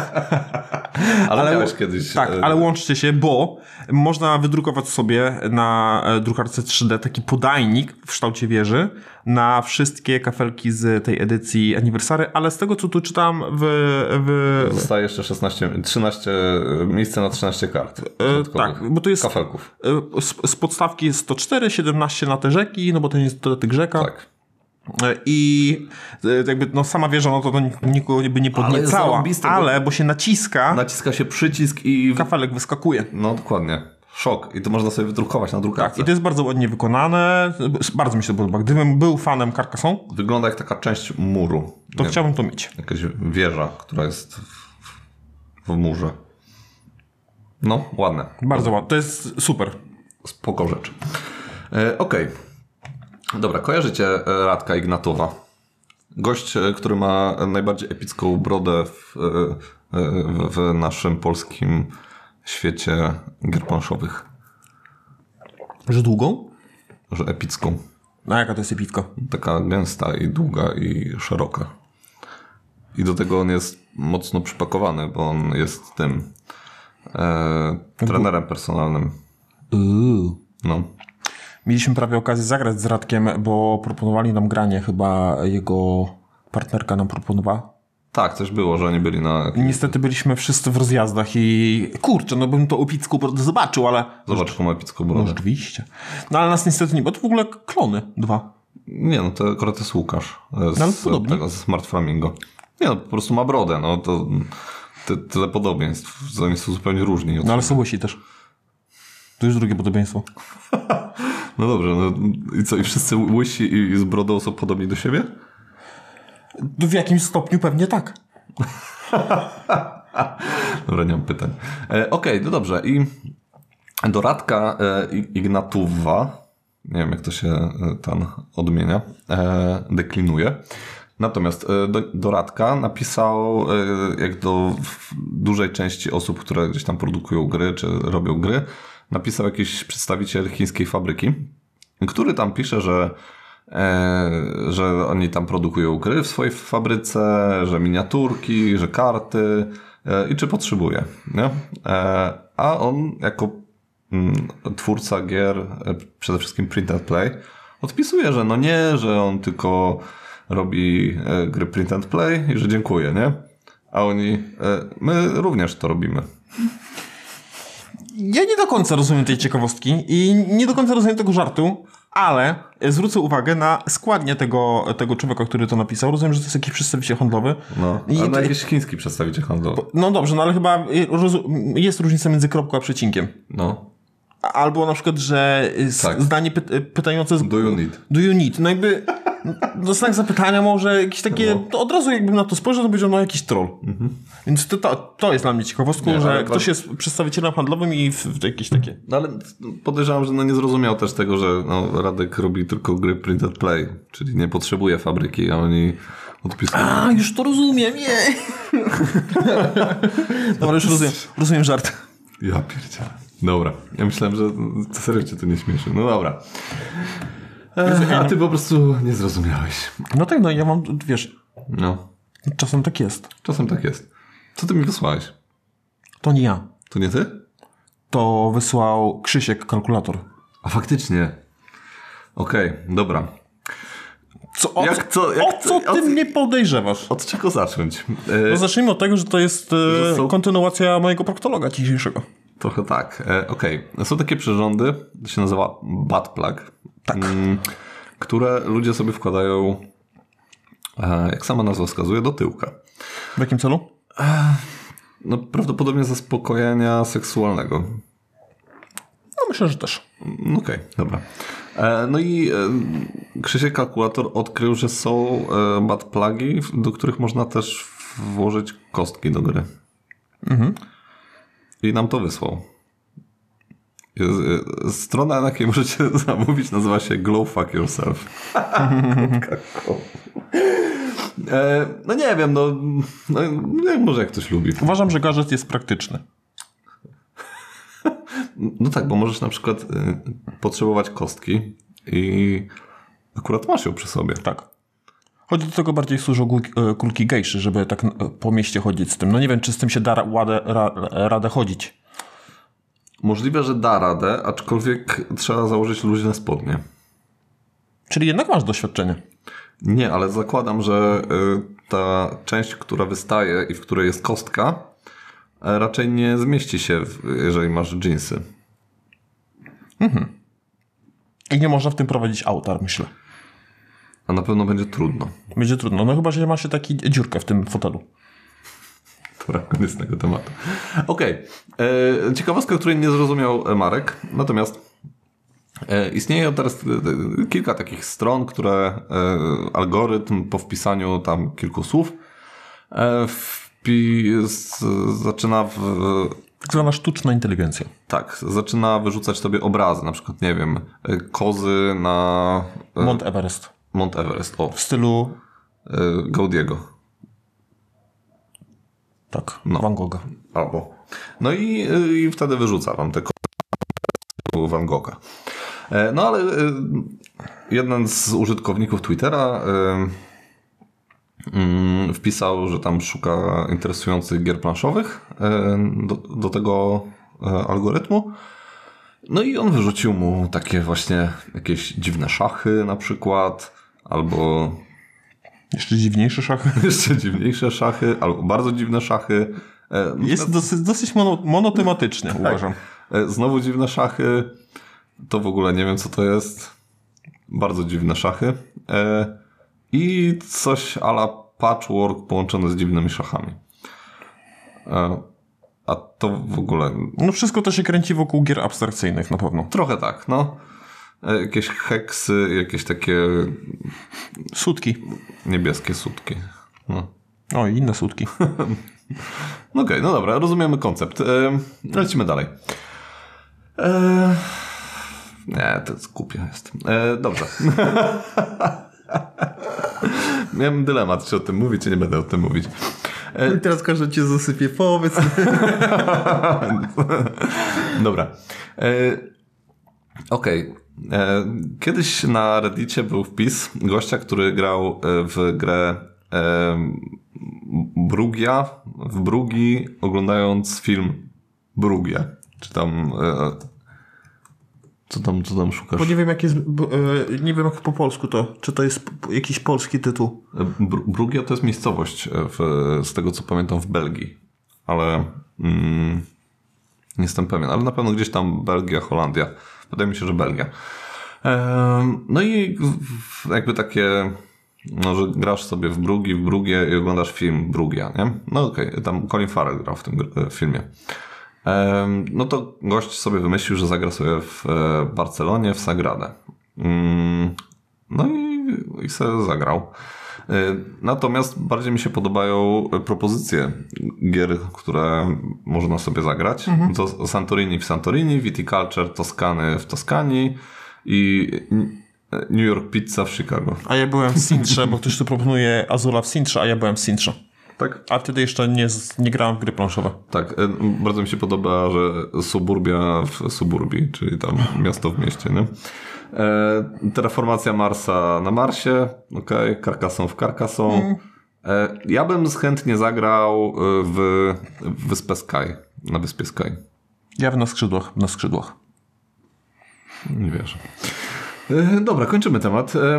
ale ale miałeś kiedyś. Tak, e... ale łączcie się, bo można wydrukować sobie na drukarce trzy D taki podajnik w kształcie wieży na wszystkie kafelki z tej edycji Anniversary, ale z tego, co tu czytam w... w... Zostaje jeszcze szesnaście, trzynaście, miejsce na trzynaście kart. E, tak, bo to jest... Kafelków. Z, z podstawki jest sto cztery, siedemnaście na te rzeki, no bo to jest dodatek rzeka. Tak. I jakby no sama wieża, no to, to nikogo by nie podniecała, ale, ale bo się naciska naciska się przycisk i kafelek wyskakuje. No dokładnie. Szok. I to można sobie wydrukować na drukarce. Tak, i to jest bardzo ładnie wykonane. Bardzo mi się to podoba. Gdybym był fanem Carcassonne, wygląda jak taka część muru. To nie chciałbym to mieć. Jakaś wieża, która jest w, w murze. No, ładne. Bardzo ładne. To jest super. Spoko rzecz. E, Okej. Okay. Dobra, kojarzycie Radka Ignatowa. Gość, który ma najbardziej epicką brodę w, w, w naszym polskim świecie gier planszowych. Że długą? Że epicką. A jaka to jest epicka? Taka gęsta i długa i szeroka. I do tego on jest mocno przypakowany, bo on jest tym e, trenerem personalnym. Uuu. No. Mieliśmy prawie okazję zagrać z Radkiem, bo proponowali nam granie, chyba jego partnerka nam proponowała. Tak, coś było, że oni byli na... Niestety byliśmy wszyscy w rozjazdach i kurczę, no bym to epicką brodę zobaczył, ale... Zobacz, jaką ma epicką brodę. No rzeczywiście. No ale nas niestety nie, bo to w ogóle klony dwa. Nie, no to akurat jest Łukasz. Z, no, ale tego, z Smart Flamingo. Nie, no po prostu ma brodę, no to ty, tyle podobieństw. Oni są zupełnie różni. No ale są łysi też. To już drugie podobieństwo. No dobrze, no i co, i wszyscy łysi i z brodą są podobni do siebie? W jakimś stopniu pewnie tak. Dobra, nie mam pytań. E, Okej, okay, no dobrze. I do Radka e, Ignatowa, nie wiem jak to się e, tam odmienia, e, deklinuje. Natomiast e, do, do Radka napisał, e, jak do dużej części osób, które gdzieś tam produkują gry, czy robią gry, napisał jakiś przedstawiciel chińskiej fabryki, który tam pisze, że, e, że oni tam produkują gry w swojej fabryce, że miniaturki, że karty e, i czy potrzebuje. Nie? E, a on jako mm, twórca gier, e, przede wszystkim print and play, odpisuje, że no nie, że on tylko robi e, gry print and play i że dziękuję, nie? A oni, e, my również to robimy. Ja nie do końca rozumiem tej ciekawostki i nie do końca rozumiem tego żartu, ale zwrócę uwagę na składnię tego, tego człowieka, który to napisał. Rozumiem, że to jest jakiś przedstawiciel handlowy. No, a na jakiś chiński przedstawiciel handlowy. No dobrze, no ale chyba jest różnica między kropką a przecinkiem. No. Albo na przykład, że tak. zdanie py- pytające... Z... Do you need? Do you need? No jakby... No znak zapytania może jakieś takie, no. to od razu jakbym na to spojrzał, to powiedział, no jakiś troll. Mhm. Więc to, to, to jest dla mnie ciekawostką, nie, że ktoś jest przedstawicielem handlowym i w, w jakieś takie... No ale podejrzewam, że no nie zrozumiał też tego, że no, Radek robi tylko gry print and play, czyli nie potrzebuje fabryki, a oni odpisują. A, już to rozumiem, nie. Dobra, już rozumiem, rozumiem żart. Ja pierdzielę. Dobra, ja myślałem, że serio cię to nie śmieszy. No dobra. Ech, a ty po prostu nie zrozumiałeś. No tak, no ja mam, wiesz, no. czasem tak jest. Czasem tak jest. Co ty mi wysłałeś? To nie ja. To nie ty? To wysłał Krzysiek, kalkulator. A faktycznie. Okej, okay, dobra. Co, o, jak, co, jak, o co ty od, mnie podejrzewasz? Od czego zacząć? No zacznijmy od tego, że to jest że są... kontynuacja mojego proktologa dzisiejszego. Trochę tak. E, Okej. Okay. Są takie przyrządy, to się nazywa butt plug, tak. m, które ludzie sobie wkładają, e, jak sama nazwa wskazuje, do tyłka. W jakim celu? E, no prawdopodobnie zaspokojenia seksualnego. No myślę, że też. Okej, okay, dobra. E, no i e, Krzysiek Kalkulator odkrył, że są e, butt plugi, do których można też włożyć kostki do gry. Mhm. I nam to wysłał. Strona, na jakiej możecie zamówić, nazywa się Glow Fuck Yourself. e, no nie wiem, no, no może jak ktoś lubi. Uważam, że gadżet jest praktyczny. No tak, bo możesz na przykład y, potrzebować kostki i akurat masz ją przy sobie. Tak. Chodzi do tego bardziej służą kulki gejszy, żeby tak po mieście chodzić z tym. No nie wiem, czy z tym się da radę, radę chodzić. Możliwe, że da radę, aczkolwiek trzeba założyć luźne spodnie. Czyli jednak masz doświadczenie. Nie, ale zakładam, że y, ta część, która wystaje i w której jest kostka, y, raczej nie zmieści się, jeżeli masz dżinsy. Mhm. I nie można w tym prowadzić auta, myślę. A na pewno będzie trudno. Będzie trudno. No chyba, że ma się taki dziurkę w tym fotelu. Dobra, koniec tego tematu. Okej. Okay. Ciekawostka, której nie zrozumiał Marek. Natomiast e, istnieje teraz e, kilka takich stron, które e, algorytm po wpisaniu tam kilku słów e, wpis, zaczyna w... Tak zwana sztuczna inteligencja. Tak, zaczyna wyrzucać tobie obrazy. Na przykład, nie wiem, kozy na... E, Mount Everest. Mount Everest, o. W stylu... E, Gaudiego. Tak, no. Van Gogha. Albo. No i, i wtedy wyrzuca wam te kozy Van Gogha. E, no ale e, jeden z użytkowników Twittera e, mm, wpisał, że tam szuka interesujących gier planszowych e, do, do tego e, algorytmu. No i on wyrzucił mu takie właśnie jakieś dziwne szachy na przykład, albo... Jeszcze dziwniejsze szachy. Jeszcze dziwniejsze szachy, albo bardzo dziwne szachy. E, Jest dosyć, dosyć mono, monotematycznie, tak. Uważam. E, znowu dziwne szachy. To w ogóle nie wiem, co to jest. Bardzo dziwne szachy. E, I coś a la patchwork połączone z dziwnymi szachami. E, a to w ogóle... No wszystko to się kręci wokół gier abstrakcyjnych na pewno. Trochę tak, no. Jakieś heksy, jakieś takie... Sutki. Niebieskie sutki. No. O, i inne sutki. No okej, okay, no dobra, rozumiemy koncept. E, lecimy dalej. E, nie, to jest głupie jest. E, dobrze. Miałem dylemat, czy o tym mówić, czy nie będę o tym mówić. E, I teraz każdy cię zasypie, powiedz. Dobra. E, okej. Okay. Kiedyś na Reddicie był wpis gościa, który grał w grę Brugia, w Brugi, oglądając film Brugia. Czy tam... Co tam, co tam szukasz? Bo nie wiem, jak jest... Nie wiem, jak po polsku to. Czy to jest jakiś polski tytuł? Brugia to jest miejscowość, w, z tego co pamiętam, w Belgii. Ale... Mm, nie jestem pewien. Ale na pewno gdzieś tam Belgia, Holandia. Wydaje mi się, że Belgia. No i jakby takie, no, że grasz sobie w Brugi, w Brugie i oglądasz film Brugia, nie? No okej, okay, tam Colin Farrell grał w tym filmie. No to gość sobie wymyślił, że zagra sobie w Barcelonie, w Sagradę. No i i sobie zagrał. Natomiast bardziej mi się podobają propozycje gier, które można sobie zagrać. Mhm. To Santorini w Santorini, Viticulture Toskany w Toskanii i New York Pizza w Chicago. A ja byłem w Sintrze, bo ktoś tu proponuje Azula w Sintrze, a ja byłem w Sintrze. Tak? A wtedy jeszcze nie, nie grałem w gry planszowe. Tak, bardzo mi się podoba, że suburbia w suburbii, czyli tam miasto w mieście, nie? E, terraformacja Marsa na Marsie, okej, okay. Carcassonne w Carcassonne. Mm. E, ja bym chętnie zagrał w, w Wyspę Sky, na Wyspie Sky. Ja w na skrzydłach, na skrzydłach. Nie wierzę. E, dobra, kończymy temat. E,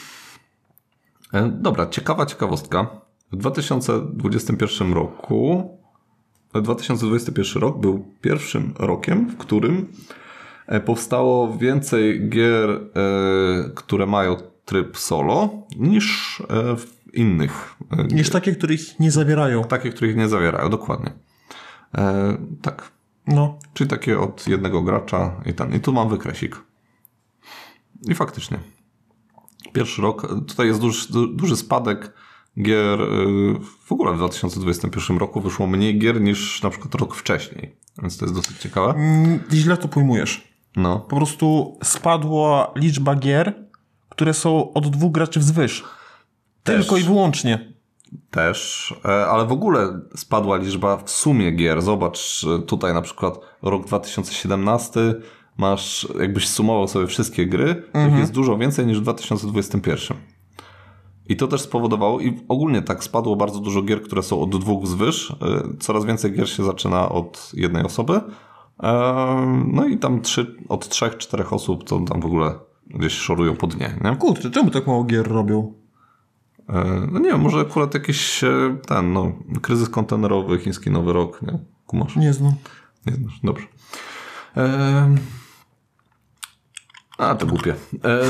e, dobra, ciekawa ciekawostka. W dwa tysiące dwudziestym pierwszym roku dwa tysiące dwudziesty pierwszy rok był pierwszym rokiem, w którym powstało więcej gier, e, które mają tryb solo, niż e, w innych. E, niż takie, których nie zawierają. Takie, których nie zawierają, dokładnie. E, tak. No. Czyli takie od jednego gracza i ten. I tu mam wykresik. I faktycznie. Pierwszy rok. Tutaj jest duży, duży spadek gier. W ogóle w dwa tysiące dwudziestym pierwszym roku wyszło mniej gier niż na przykład rok wcześniej. Więc to jest dosyć ciekawe. Mm, źle to pojmujesz. No. Po prostu spadła liczba gier, które są od dwóch graczy wzwyż. Też. Tylko i wyłącznie. Też, ale w ogóle spadła liczba w sumie gier. Zobacz, tutaj na przykład rok dwa tysiące siedemnasty masz, jakbyś sumował sobie wszystkie gry, mhm. to jest dużo więcej niż w dwa tysiące dwudziestym pierwszym. I to też spowodowało, i ogólnie tak spadło bardzo dużo gier, które są od dwóch wzwyż. Coraz więcej gier się zaczyna od jednej osoby. No i tam trzy, od trzech, czterech osób to tam w ogóle gdzieś szorują po dnie, nie? Kurczę, czemu tak mało gier robią? No nie wiem, może akurat jakiś ten, no, kryzys kontenerowy, chiński nowy rok, nie? Kumasz? Nie znam. Nie znasz, dobrze. Eee... A, to głupie. Eee...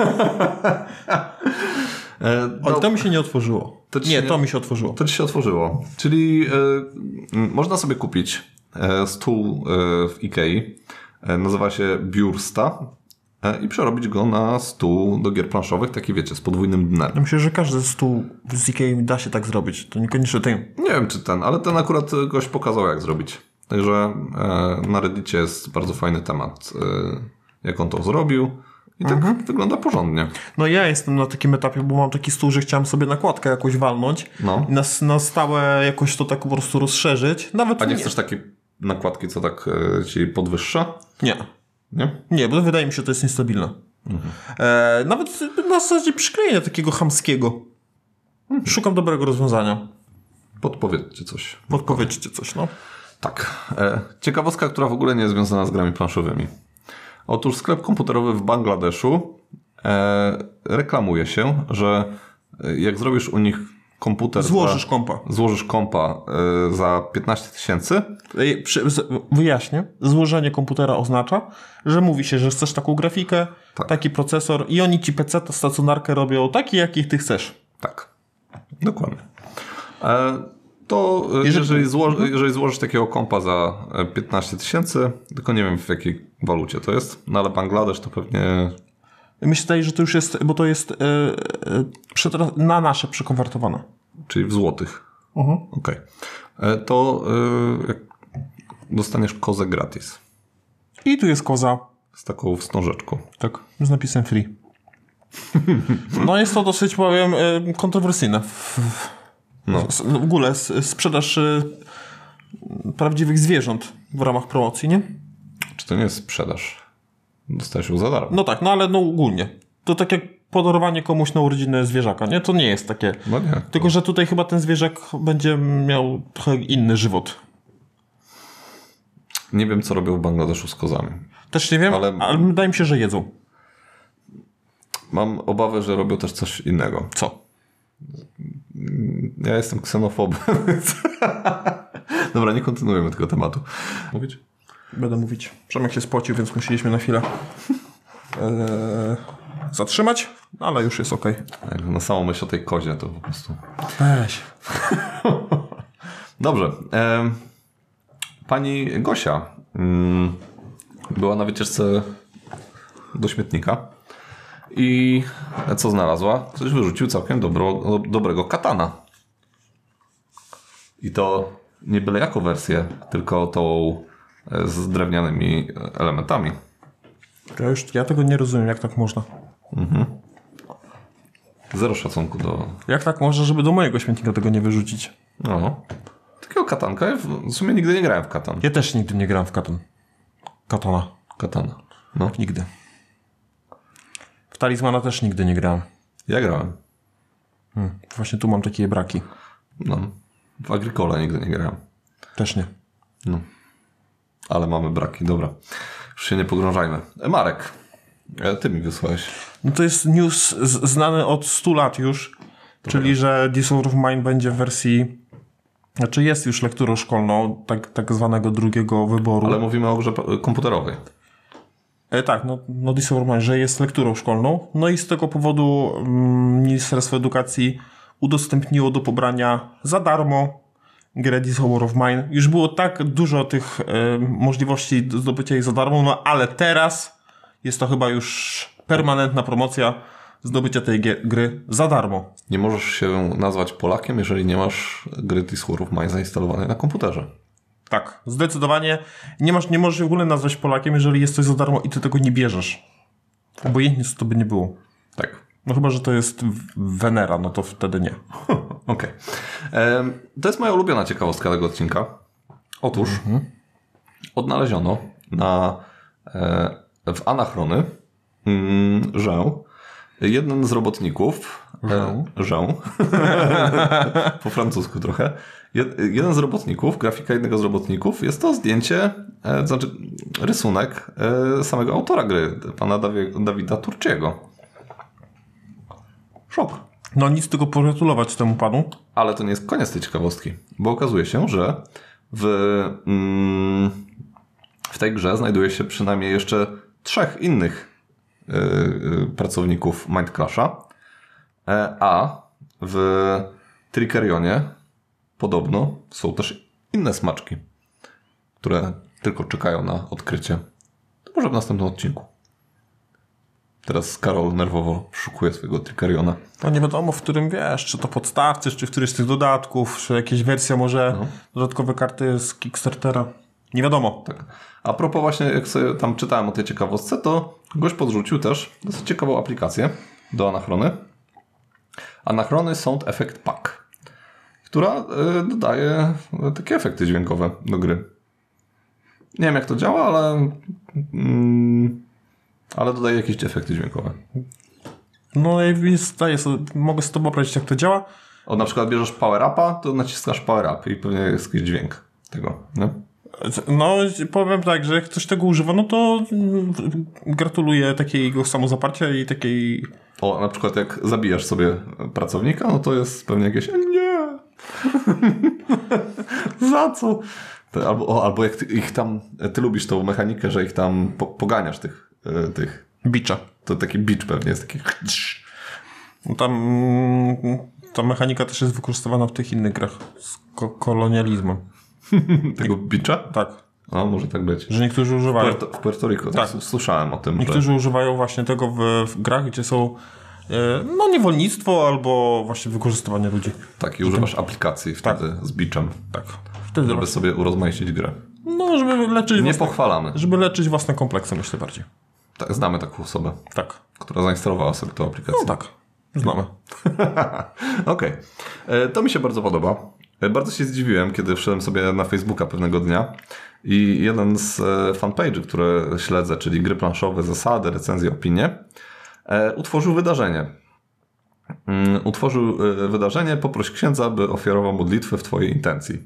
eee, no, Ale to mi się nie otworzyło. To nie, nie, to mi się otworzyło. To ci się otworzyło. Czyli e, można sobie kupić e, stół e, w Ikei. E, nazywa się Biursta. I przerobić go na stół do gier planszowych, taki wiecie, z podwójnym dnem. Ja myślę, że każdy stół z Ikei da się tak zrobić. To niekoniecznie ten. Nie wiem, czy ten, ale ten akurat goś pokazał, jak zrobić. Także e, na Reddicie jest bardzo fajny temat, e, jak on to zrobił. I tak mhm. wygląda porządnie. No ja jestem na takim etapie, bo mam taki stół, że chciałem sobie nakładkę jakoś walnąć. No. I na, na stałe jakoś to tak po prostu rozszerzyć. Nawet A nie, nie chcesz takiej nakładki, co tak e, ci podwyższa? Nie. Nie? Nie, bo wydaje mi się, że to jest niestabilne. Mhm. E, nawet na zasadzie przyklejenia takiego chamskiego. Mhm. Szukam dobrego rozwiązania. Podpowiedzcie coś. Podpowiedzcie coś, no. Tak. E, ciekawostka, która w ogóle nie jest związana z grami planszowymi. Otóż sklep komputerowy w Bangladeszu e, reklamuje się, że jak zrobisz u nich komputer... Złożysz za, kompa. Złożysz kompa y, za piętnaście tysięcy. Wyjaśnię. Złożenie komputera oznacza, że mówi się, że chcesz taką grafikę, tak. taki procesor i oni ci peceta, stacjonarkę robią taki, jakich ty chcesz. Tak. Dokładnie. E, to jeżeli, jeżeli, zło, jeżeli złożysz takiego kompa za piętnaście tysięcy, tylko nie wiem w jakiej walucie to jest, no ale Bangladesz to pewnie... Myślę, że to już jest, bo to jest yy, yy, na nasze przekonwertowane. Czyli w złotych. Uh-huh. Okej. Okay. To yy, jak dostaniesz kozę gratis. I tu jest koza. Z taką wstążeczką. Tak, z napisem free. No jest to dosyć, powiem, yy, kontrowersyjne. No. W ogóle sprzedaż yy, prawdziwych zwierząt w ramach promocji, nie? Czy to nie jest sprzedaż? Dostajesz ją za darmo. No tak, no ale no ogólnie. To tak jak podarowanie komuś na urodziny zwierzaka, nie? To nie jest takie. No nie. Tylko, że tutaj chyba ten zwierzak będzie miał trochę inny żywot. Nie wiem, co robią w Bangladeszu z kozami. Też nie wiem, ale, ale wydaje mi się, że jedzą. Mam obawę, że robią też coś innego. Co? Ja jestem ksenofobem. Dobra, nie kontynuujemy tego tematu. Mówić? Będę mówić. Przemek się spocił, więc musieliśmy na chwilę eee, zatrzymać, ale już jest okej. Okay. Na samą myśl o tej kozie to po prostu... Weź. Dobrze. E, pani Gosia mm, była na wycieczce do śmietnika I co znalazła? Ktoś wyrzucił całkiem dobro, dobrego katana. I to nie byle jaką wersję, tylko tą z drewnianymi elementami. Ja, już, ja tego nie rozumiem, jak tak można. Mhm. Zero szacunku do... Jak tak można, żeby do mojego śmietnika tego nie wyrzucić? No. Takiego katanka, ja w sumie nigdy nie grałem w katan. Ja też nigdy nie grałem w katan. Katana. Katana. No. Nigdy. W Talizmana też nigdy nie grałem. Ja grałem. Hmm. Właśnie tu mam takie braki. No. W Agricole nigdy nie grałem. Też nie. No. Ale mamy braki, dobra. Już się nie pogrążajmy. E, Marek, ty mi wysłałeś. No to jest news z- znany od stu lat już. Dobra. Czyli, że Disorder of Mine będzie w wersji... Znaczy jest już lekturą szkolną, tak, tak zwanego drugiego wyboru. Ale mówimy o grze komputerowej. E, tak, no, no Disorder of Mine, że jest lekturą szkolną. No i z tego powodu mm, Ministerstwo Edukacji udostępniło do pobrania za darmo grę Disorder of Mine. Już było tak dużo tych e, możliwości do zdobycia jej za darmo, no ale teraz jest to chyba już permanentna promocja zdobycia tej gie- gry za darmo. Nie możesz się nazwać Polakiem, jeżeli nie masz gry Disorder of Mine zainstalowanej na komputerze. Tak, zdecydowanie. Nie, masz, nie możesz w ogóle nazwać Polakiem, jeżeli jest coś za darmo i ty tego nie bierzesz. Obojętnie co to by nie było. Tak. No chyba, że to jest Venera, no to wtedy nie. Okej. Okay. To jest moja ulubiona ciekawostka tego odcinka. Otóż mhm. odnaleziono na, e, w Anachrony, mm, że jeden z robotników, e, że po francusku trochę, jed, jeden z robotników, grafika jednego z robotników, jest to zdjęcie, e, znaczy rysunek e, samego autora gry, pana Dawi- Dawida Turciego. Szok. No nic, tylko pogratulować temu panu. Ale to nie jest koniec tej ciekawostki, bo okazuje się, że w, mm, w tej grze znajduje się przynajmniej jeszcze trzech innych yy, pracowników Mind Clasha, e, a w Trickerionie podobno są też inne smaczki, które tylko czekają na odkrycie. To może w następnym odcinku. Teraz Karol nerwowo szukuje swojego Trickeriona. No nie wiadomo, w którym wiesz, czy to podstawcy, czy w któryś z tych dodatków, czy jakieś wersja może, no. dodatkowe karty z Kickstartera. Nie wiadomo. Tak. A propos właśnie, jak sobie tam czytałem o tej ciekawostce, to gość podrzucił też dosyć ciekawą aplikację do Anachrony. Anachrony Sound Effect Pack, która y, dodaje takie efekty dźwiękowe do gry. Nie wiem jak to działa, ale... Mm, ale dodaje jakieś efekty dźwiękowe. No i zdaję sobie, mogę z tobą opowiedzieć, jak to działa. O, na przykład bierzesz power upa, to naciskasz power up i pewnie jest jakiś dźwięk tego, nie? No, powiem tak, że jak ktoś tego używa, no to gratuluję takiego samozaparcia i takiej... O, na przykład jak zabijasz sobie pracownika, no to jest pewnie jakieś nie! Za co? Albo, o, albo jak ty, ich tam, ty lubisz tą mechanikę, że ich tam po, poganiasz tych, tych... Bicza. To taki bicz pewnie jest taki... No tam ta mechanika też jest wykorzystywana w tych innych grach z ko- kolonializmem. Tego bicza? Tak. No, może tak być. Że niektórzy używają. W Puerto, w Puerto Rico, tak. tak. Słyszałem o tym. Niektórzy że... używają właśnie tego w, w grach, gdzie są e, no niewolnictwo albo właśnie wykorzystywanie ludzi. Tak, i używasz tym... aplikacji wtedy tak. z biczem. Tak. Wtedy żeby właśnie. sobie urozmaicić grę. No, żeby leczyć... Nie własne, pochwalamy. Żeby leczyć własne kompleksy, myślę bardziej. Tak, znamy taką osobę. Tak. Która zainstalowała sobie tę aplikację. No tak. Znamy. Okej. Okay. To mi się bardzo podoba. Bardzo się zdziwiłem, kiedy wszedłem sobie na Facebooka pewnego dnia i jeden z fanpage'y, które śledzę, czyli gry planszowe, zasady, recenzje, opinie, utworzył wydarzenie. Utworzył wydarzenie, poproś księdza, by ofiarował modlitwę w twojej intencji.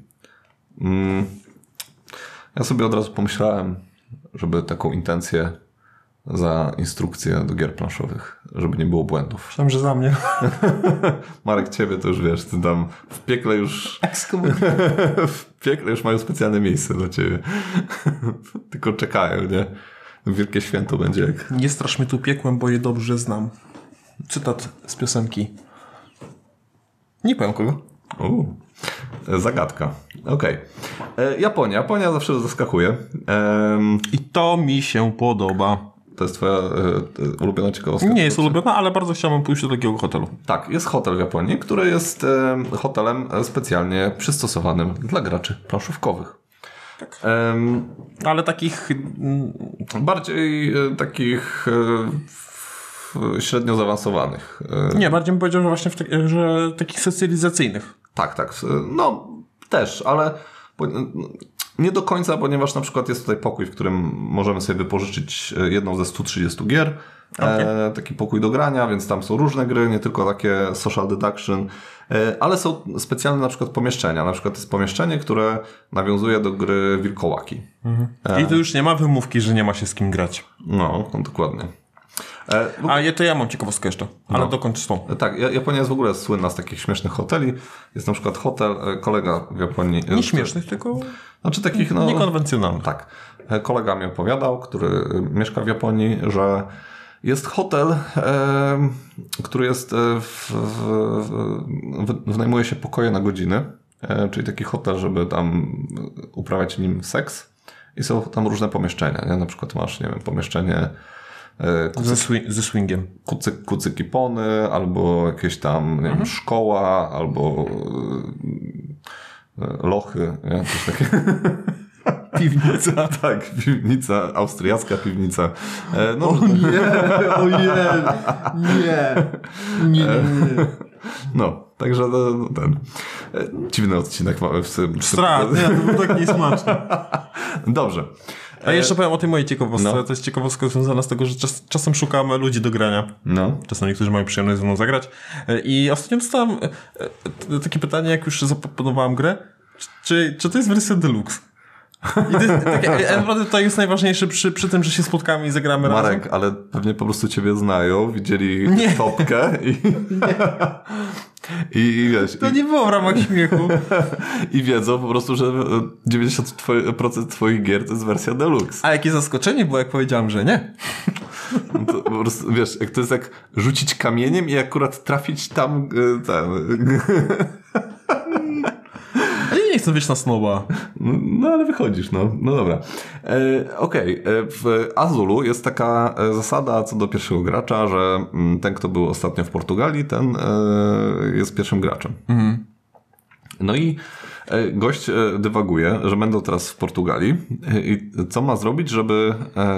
Ja sobie od razu pomyślałem, żeby taką intencję za instrukcję do gier planszowych, żeby nie było błędów. Myślałem, że za mnie. Marek, ciebie to już wiesz, ty tam w piekle już w piekle już mają specjalne miejsce dla ciebie. Tylko czekają, nie? Wielkie święto będzie jak... Nie strasz mnie tu piekłem, bo je dobrze znam. Cytat z piosenki. Nie powiem kogo. U, zagadka. Okej. Okay. Japonia. Japonia zawsze zaskakuje. Ehm... I to mi się podoba. To jest twoja e, ulubiona ciekawostka? Nie jest ulubiona, ale bardzo chciałbym pójść do takiego hotelu. Tak, jest hotel w Japonii, który jest e, hotelem specjalnie przystosowanym dla graczy planszówkowych. Tak. Um, ale takich... Bardziej e, takich e, średnio zaawansowanych. E, nie, bardziej bym powiedział, że właśnie w te, że takich socjalizacyjnych. Tak, tak. No też, ale nie do końca, ponieważ na przykład jest tutaj pokój, w którym możemy sobie wypożyczyć jedną ze stu trzydziestu gier. Okay. E, taki pokój do grania, więc tam są różne gry, nie tylko takie social deduction, e, ale są specjalne na przykład pomieszczenia. Na przykład jest pomieszczenie, które nawiązuje do gry Wilkołaki. Mhm. E, I tu już nie ma wymówki, że nie ma się z kim grać. No, no dokładnie. E, A je, to ja mam ciekawostkę jeszcze, ale no. dokończ tą. Tak, Japonia jest w ogóle słynna z takich śmiesznych hoteli. Jest na przykład hotel, kolega w Japonii... Nie śmiesznych, tylko... Znaczy takich, no... Niekonwencjonalnych. Tak. Kolega mi opowiadał, który mieszka w Japonii, że jest hotel, e, który jest... W, w, w, wynajmuje się pokoje na godziny, e, czyli taki hotel, żeby tam uprawiać w nim seks. I są tam różne pomieszczenia, nie? Na przykład masz, nie wiem, pomieszczenie... Kucyk, ze, swing, ze swingiem. Kucyk, kucyki pony, albo jakieś tam, nie mhm. wiem, szkoła, albo e, lochy, nie? Coś takiego. Piwnica. Tak, piwnica, austriacka piwnica. E, no, o nie, o nie, nie, nie, nie. No, także no, ten dziwny odcinek mamy w tym. Strat, nie, to było tak niesmaczne. Dobrze. A jeszcze powiem o tej mojej ciekawostce. No. To jest ciekawostka związana z tego, że czas, czasem szukamy ludzi do grania. No. Czasem niektórzy mają przyjemność ze mną zagrać. I ostatnio dostałem takie pytanie, jak już zaproponowałem grę, czy, czy to jest wersja deluxe? I to, jest, tak, naprawdę to jest najważniejsze przy, przy tym, że się spotkamy i zagramy Marek, razem. Marek, ale pewnie po prostu ciebie znają, widzieli nie. topkę i... Nie. I, i wiesz... To i, nie było w ramach śmiechu. I wiedzą po prostu, że dziewięćdziesiąt procent twoich gier to jest wersja deluxe. A jakie zaskoczenie było, jak powiedziałem, że nie. No to po prostu, wiesz, jak to jest jak rzucić kamieniem i akurat trafić tam ten... Nie chcę wyjść na snoba. No ale wychodzisz, no. No dobra. E, Okej. Okay. W Azulu jest taka zasada co do pierwszego gracza, że ten, kto był ostatnio w Portugalii, ten e, jest pierwszym graczem. Mhm. No i gość dywaguje, że będą teraz w Portugalii i co ma zrobić, żeby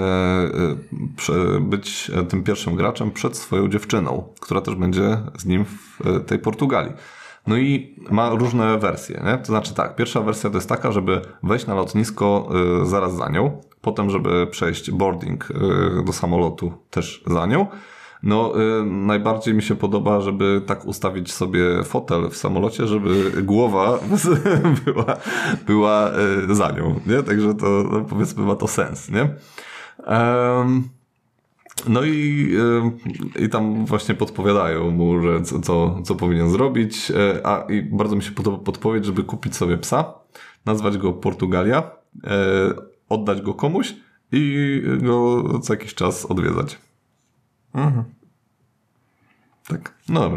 e, być tym pierwszym graczem przed swoją dziewczyną, która też będzie z nim w tej Portugalii. No i ma różne wersje, nie? To znaczy tak, pierwsza wersja to jest taka, żeby wejść na lotnisko y, zaraz za nią, potem żeby przejść boarding y, do samolotu też za nią. No y, najbardziej mi się podoba, żeby tak ustawić sobie fotel w samolocie, żeby głowa była, była y, za nią, nie? Także to no, powiedzmy ma to sens, nie? Um, No i, i tam właśnie podpowiadają mu, że co, co powinien zrobić, a i bardzo mi się podoba podpowiedź, żeby kupić sobie psa, nazwać go Portugalia, oddać go komuś i go co jakiś czas odwiedzać. Mhm. Tak, no dobra.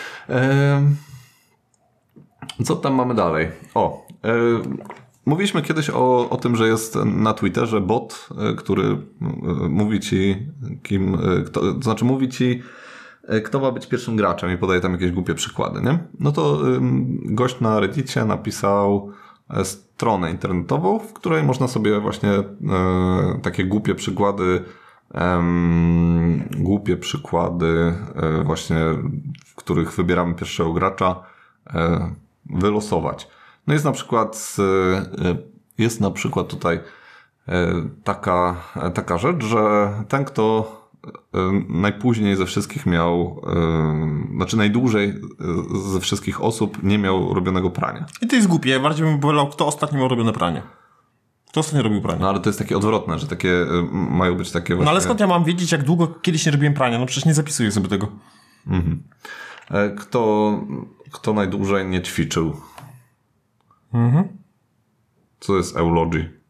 Co tam mamy dalej? O, mówiliśmy kiedyś o, o tym, że jest na Twitterze bot, który mówi ci, kim, kto, to znaczy mówi ci, kto ma być pierwszym graczem i podaje tam jakieś głupie przykłady, nie? No to gość na Reddicie napisał stronę internetową, w której można sobie właśnie e, takie głupie przykłady e, głupie przykłady e, właśnie, w których wybieramy pierwszego gracza, e, wylosować. No jest na przykład jest na przykład tutaj taka, taka rzecz, że ten, kto najpóźniej ze wszystkich miał, znaczy najdłużej ze wszystkich osób nie miał robionego prania. I to jest głupie. Bardziej bym wolał, kto ostatnio miał robione pranie. Kto ostatnio robił pranie. No ale to jest takie odwrotne, że takie mają być takie właśnie... No ale skąd ja mam wiedzieć, jak długo kiedyś nie robiłem prania? No przecież nie zapisuję sobie tego. Mhm. Kto, kto najdłużej nie ćwiczył? Mhm. Co jest eulogy?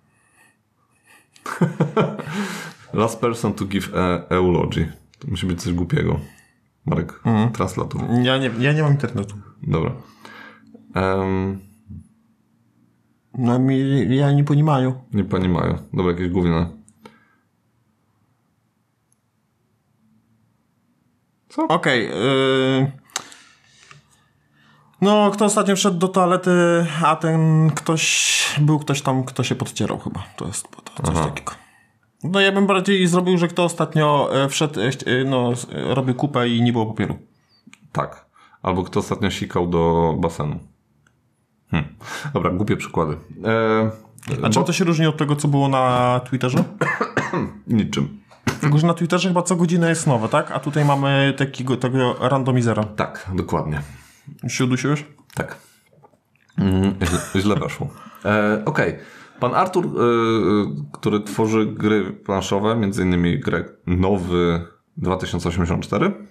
Last person to give a eulogy. To musi być coś głupiego. Marek, mhm. translator. Ja nie, ja nie mam internetu. Dobra. Um, no mi, ja nie poнимаю. Nie poнимаю. Dobra, jakieś gówniane. Co? Okej. Okay, yy... No, kto ostatnio wszedł do toalety, a ten ktoś, był ktoś tam, kto się podcierał chyba. To jest to, coś Aha. takiego. No ja bym bardziej zrobił, że kto ostatnio wszedł, no, robił kupę i nie było papieru. Tak. Albo kto ostatnio sikał do basenu. Hm. Dobra, głupie przykłady. E, a bo... czym to się różni od tego, co było na Twitterze? Niczym. Tylko, że na Twitterze chyba co godzinę jest nowe, tak? A tutaj mamy takiego, takiego randomizera. Tak, dokładnie. Już się udusiłeś? Tak. Mm, źle, źle weszło. E, Okej. Okay. Pan Artur, y, który tworzy gry planszowe, między innymi grę Nowy dwa tysiące osiemdziesiąt cztery, y,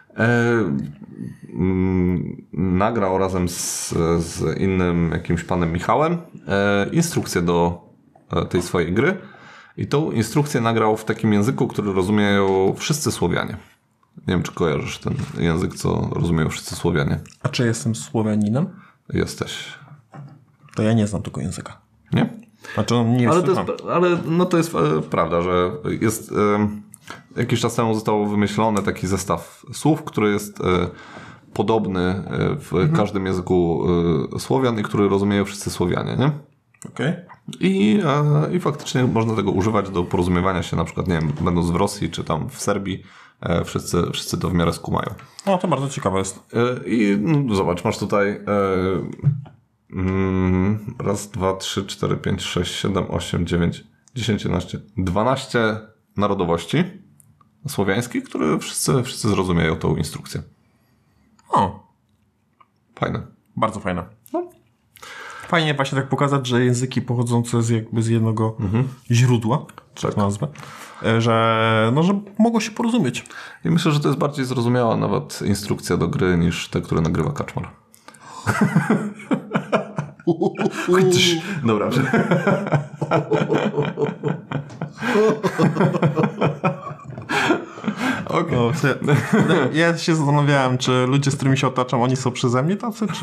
y, nagrał razem z, z innym jakimś panem Michałem y, instrukcję do y, tej swojej gry i tą instrukcję nagrał w takim języku, który rozumieją wszyscy Słowianie. Nie wiem, czy kojarzysz ten język, co rozumieją wszyscy Słowianie. A czy jestem Słowianinem? Jesteś. To ja nie znam tego języka. Nie? Znaczy, on nie jest ale, to jest, ale no to jest e, prawda, że jest e, jakiś czas temu został wymyślony taki zestaw słów, który jest e, podobny w mhm. każdym języku e, Słowian i który rozumieją wszyscy Słowianie, nie? Okej. Okay. I, e, I faktycznie można tego używać do porozumiewania się, na przykład, nie wiem, będąc w Rosji czy tam w Serbii, e, wszyscy, wszyscy to w miarę skumają. No, to bardzo ciekawe jest. E, I no, zobacz, masz tutaj e, mm, raz, dwa, trzy, cztery, pięć, sześć, siedem, osiem, dziewięć, dziesięć, jedenaście, dwanaście narodowości słowiańskich, które wszyscy, wszyscy zrozumieją tą instrukcję. O. Fajne. Bardzo fajne. No. Fajnie właśnie tak pokazać, że języki pochodzące z jakby z jednego mhm. źródła, tak nazwę, że, no, że mogą się porozumieć. I myślę, że to jest bardziej zrozumiała nawet instrukcja do gry niż te, które nagrywa Kaczmar. Dobra. Okay. O, ja się zastanawiałem, czy ludzie, z którymi się otaczam, oni są przeze mnie tacy, czy,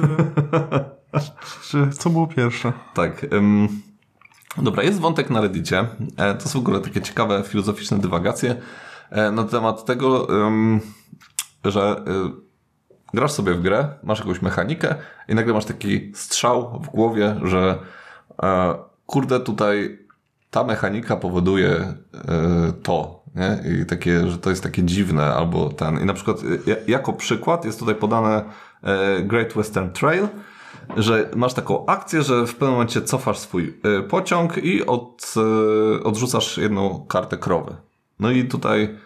czy co było pierwsze? Tak. Um, dobra, jest wątek na Reddicie. E, to są w ogóle takie ciekawe filozoficzne dywagacje e, na temat tego, um, że y, grasz sobie w grę, masz jakąś mechanikę i nagle masz taki strzał w głowie, że e, kurde, tutaj ta mechanika powoduje e, to. Nie? I takie, że to jest takie dziwne, albo ten. I na przykład jako przykład jest tutaj podane e, Great Western Trail, że masz taką akcję, że w pewnym momencie cofasz swój e, pociąg i od, e, odrzucasz jedną kartę krowy. No i tutaj e,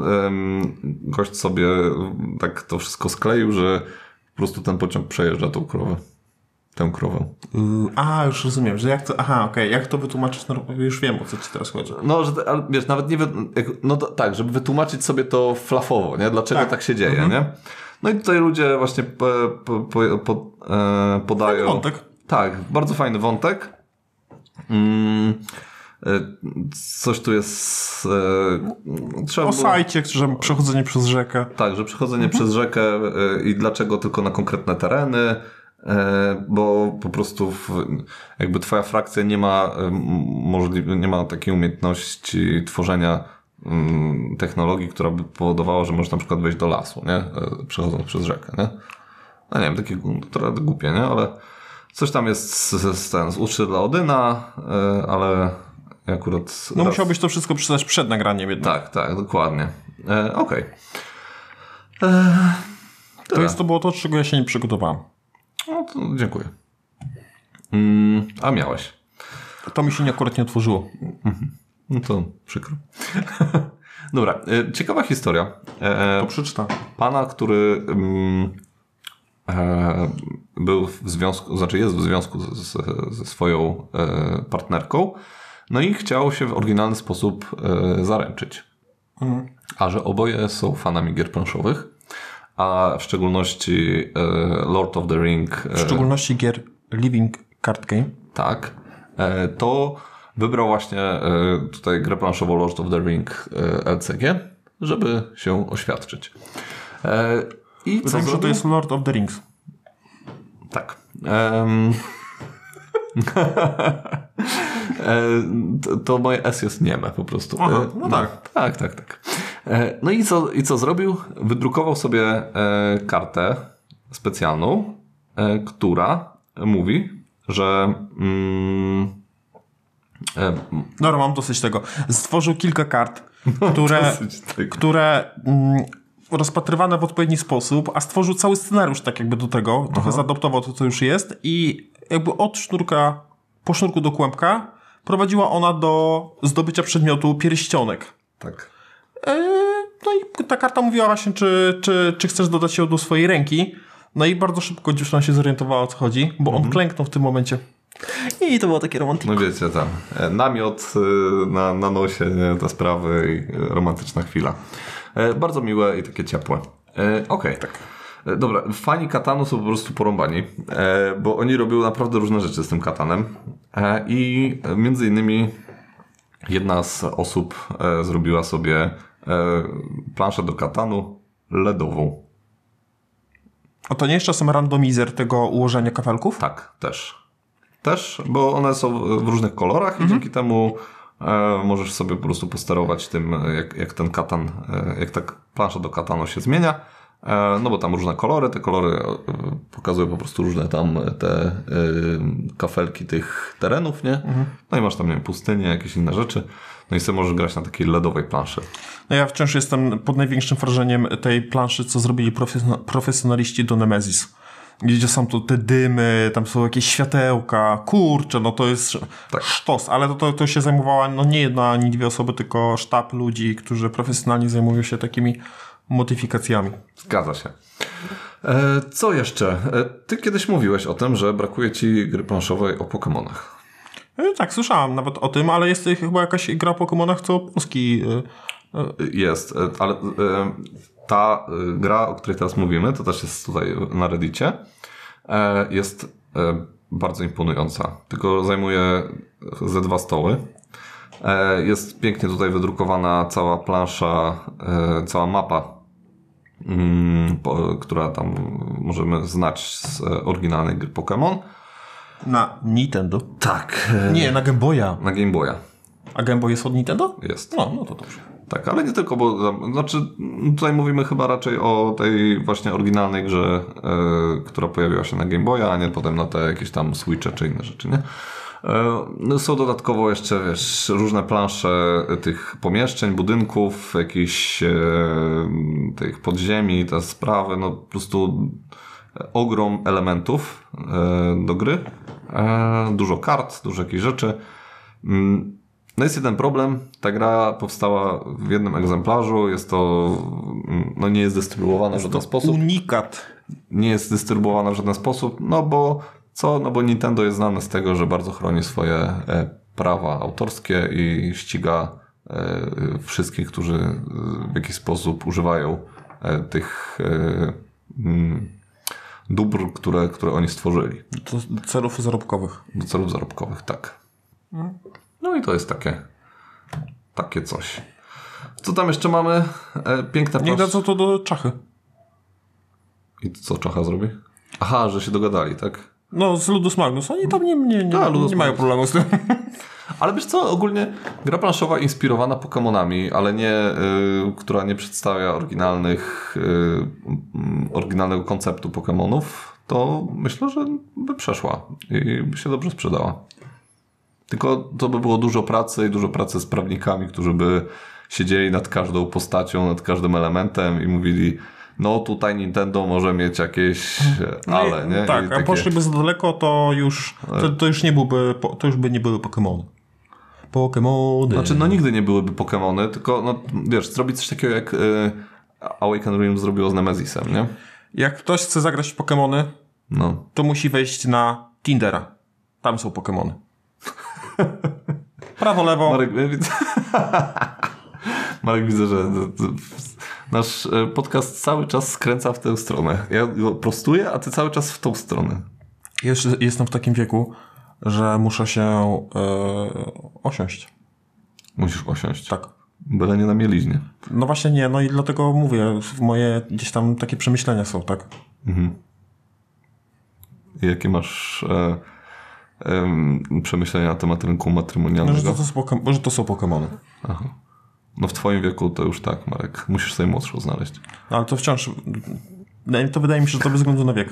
gość sobie tak to wszystko skleił, że po prostu ten pociąg przejeżdża tą krowę. Tę krowę. Yy, a, już rozumiem, że jak to, aha, okej, okay. Jak to wytłumaczyć, no, już wiem, o co ci teraz chodzi. No, że, ale wiesz, nawet nie, jak, no to, tak, żeby wytłumaczyć sobie to flafowo, nie? Dlaczego tak, tak się dzieje, mhm. nie? No i tutaj ludzie właśnie po, po, po, po, e, podają... Fajny wątek. Tak, bardzo fajny wątek. Mm, coś tu jest... E, trzeba o było... sajcie, że przechodzenie przez rzekę. Tak, że przechodzenie mhm. przez rzekę e, i dlaczego tylko na konkretne tereny, bo po prostu w, jakby twoja frakcja nie ma możliwe, nie ma takiej umiejętności tworzenia um, technologii, która by powodowała, że możesz na przykład wejść do lasu, nie? Przechodząc przez rzekę, nie? No nie wiem, takie trochę głupie, nie? Ale coś tam jest z, z, ten, z uczy dla Odyna, ale akurat... No raz... musiałbyś to wszystko przeczytać przed nagraniem jednak. Tak, tak, dokładnie. E, Okej. Okay. To jest to było to, czego ja się nie przygotowałem. No to dziękuję. Mm, a miałeś. To mi się nie akurat nie otworzyło. Mhm. No to przykro. Dobra, ciekawa historia. E, to przeczytam. Pana, który um, e, był w związku, znaczy jest w związku z, z, ze swoją e, partnerką, no i chciał się w oryginalny sposób e, zaręczyć. Mhm. A że oboje są fanami gier planszowych, a w szczególności e, Lord of the Ring. E, w szczególności gier Living Card Game. Tak. E, to wybrał właśnie e, tutaj grę planszową Lord of the Ring e, L C G, żeby się oświadczyć. E, I co zrobił? Że to jest Lord of the Rings. Tak. Um, e, to, to moje S jest nieme po prostu. Aha, no tak. Tak, tak, tak. No i co, i co zrobił? Wydrukował sobie e, kartę specjalną, e, która mówi, że... Mm, e, Dobra, mam dosyć tego. Stworzył kilka kart, które, które mm, rozpatrywane w odpowiedni sposób, a stworzył cały scenariusz tak jakby do tego, trochę zaadoptował to, co już jest i jakby od sznurka, po sznurku do kłębka prowadziła ona do zdobycia przedmiotu pierścionek. Tak. E, no i ta karta mówiła właśnie, czy, czy, czy chcesz dodać ją do swojej ręki. No i bardzo szybko dziewczyna się zorientowała, o co chodzi, bo on mm-hmm. klęknął w tym momencie. I to było takie romantyczne. No wiecie, tam namiot na, na nosie, nie, te sprawy i romantyczna chwila. E, bardzo miłe i takie ciepłe. E, Okej. Okay. Tak. E, dobra, fani Katanu są po prostu porąbani, e, bo oni robią naprawdę różne rzeczy z tym katanem. E, I między innymi jedna z osób e, zrobiła sobie e, planszę do katanu ledową. A to nie jest czasem randomizer tego ułożenia kafelków? Tak, też. Też, bo one są w różnych kolorach mhm. i dzięki temu e, możesz sobie po prostu posterować tym, jak, jak ten katan, e, jak ta plansza do katanu się zmienia. E, no bo tam różne kolory, te kolory e, pokazują po prostu różne tam te e, kafelki tych terenów, nie? Mhm. No i masz tam, nie wiem, pustynię, jakieś inne rzeczy. No i sobie możesz grać na takiej ledowej planszy. No ja wciąż jestem pod największym wrażeniem tej planszy, co zrobili profesjon- profesjonaliści do Nemesis. Gdzie są tu te dymy, tam są jakieś światełka, kurczę, no to jest tak. sztos, ale to, to, to się zajmowała no nie jedna, ani dwie osoby, tylko sztab ludzi, którzy profesjonalnie zajmują się takimi modyfikacjami. Zgadza się. E, co jeszcze? E, ty kiedyś mówiłeś o tym, że brakuje ci gry planszowej o Pokemonach. E, tak, słyszałem nawet o tym, ale jest chyba jakaś gra o Pokemonach, co polski... E, e. Jest, ale... E, Ta gra, o której teraz mówimy, to też jest tutaj na Reddicie, jest bardzo imponująca. Tylko zajmuje ze dwa stoły. Jest pięknie tutaj wydrukowana cała plansza, cała mapa, która tam możemy znać z oryginalnej gry Pokémon. Na Nintendo? Tak. Nie, na Game Boya. Na Game Boya. A Game Boy jest od Nintendo? Jest. No, no to dobrze. Tak, ale nie tylko, bo znaczy tutaj mówimy chyba raczej o tej właśnie oryginalnej grze, yy, która pojawiła się na Game Boya, a nie potem na te jakieś tam Switche czy inne rzeczy, nie? Yy, są dodatkowo jeszcze, wiesz, różne plansze tych pomieszczeń, budynków, jakichś yy, tych podziemi, te sprawy, no po prostu ogrom elementów yy, do gry, yy, dużo kart, dużo jakichś rzeczy. Yy. No jest jeden problem, ta gra powstała w jednym egzemplarzu, jest to, no nie jest dystrybuowana w żaden sposób. Unikat. Nie jest dystrybuowana w żaden sposób, no bo co? No bo Nintendo jest znane z tego, że bardzo chroni swoje e, prawa autorskie i ściga e, wszystkich, którzy w jakiś sposób używają e, tych e, m, dóbr, które, które oni stworzyli. Do celów zarobkowych. Do celów zarobkowych, tak. Hmm. No i to jest takie, takie coś. Co tam jeszcze mamy? E, piękna Nie dadzą to do Czachy. I co Czacha zrobi? Aha, że się dogadali, tak? No z Ludus Magnus. Oni tam nie, nie, nie, Ta, nie, nie mają problemu z tym. Ale wiesz co, ogólnie gra planszowa inspirowana Pokemonami, ale nie, y, która nie przedstawia oryginalnych, y, oryginalnego konceptu Pokemonów, to myślę, że by przeszła i by się dobrze sprzedała. Tylko to by było dużo pracy i dużo pracy z prawnikami, którzy by siedzieli nad każdą postacią, nad każdym elementem i mówili, no tutaj Nintendo może mieć jakieś ale, nie? Tak, takie... a poszliby za daleko, to już to, to już nie byłby, to już by nie były Pokemony. Pokemony. Znaczy, no nigdy nie byłyby Pokemony, tylko no wiesz, zrobić coś takiego jak y, Awaken Realms zrobiło z Nemesisem, nie? Jak ktoś chce zagrać w Pokemony, no. to musi wejść na Tindera. Tam są Pokemony. Prawo, lewo. Marek, widzę, Marek, widzę, że nasz podcast cały czas skręca w tę stronę. Ja go prostuję, a ty cały czas w tą stronę. Jeszcze jestem w takim wieku, że muszę się yy, osiąść. Musisz osiąść? Tak. Byle nie na mieliźnie. No właśnie nie, no i dlatego mówię, moje gdzieś tam takie przemyślenia są, tak? Mhm. I jakie masz... E... przemyślenia na temat rynku matrymonialnego. No, że, to, to są, że to są Pokemony. Aha. No w twoim wieku to już tak, Marek. Musisz sobie młodszą znaleźć. Ale to wciąż... To wydaje mi się, że to bez względu na wiek.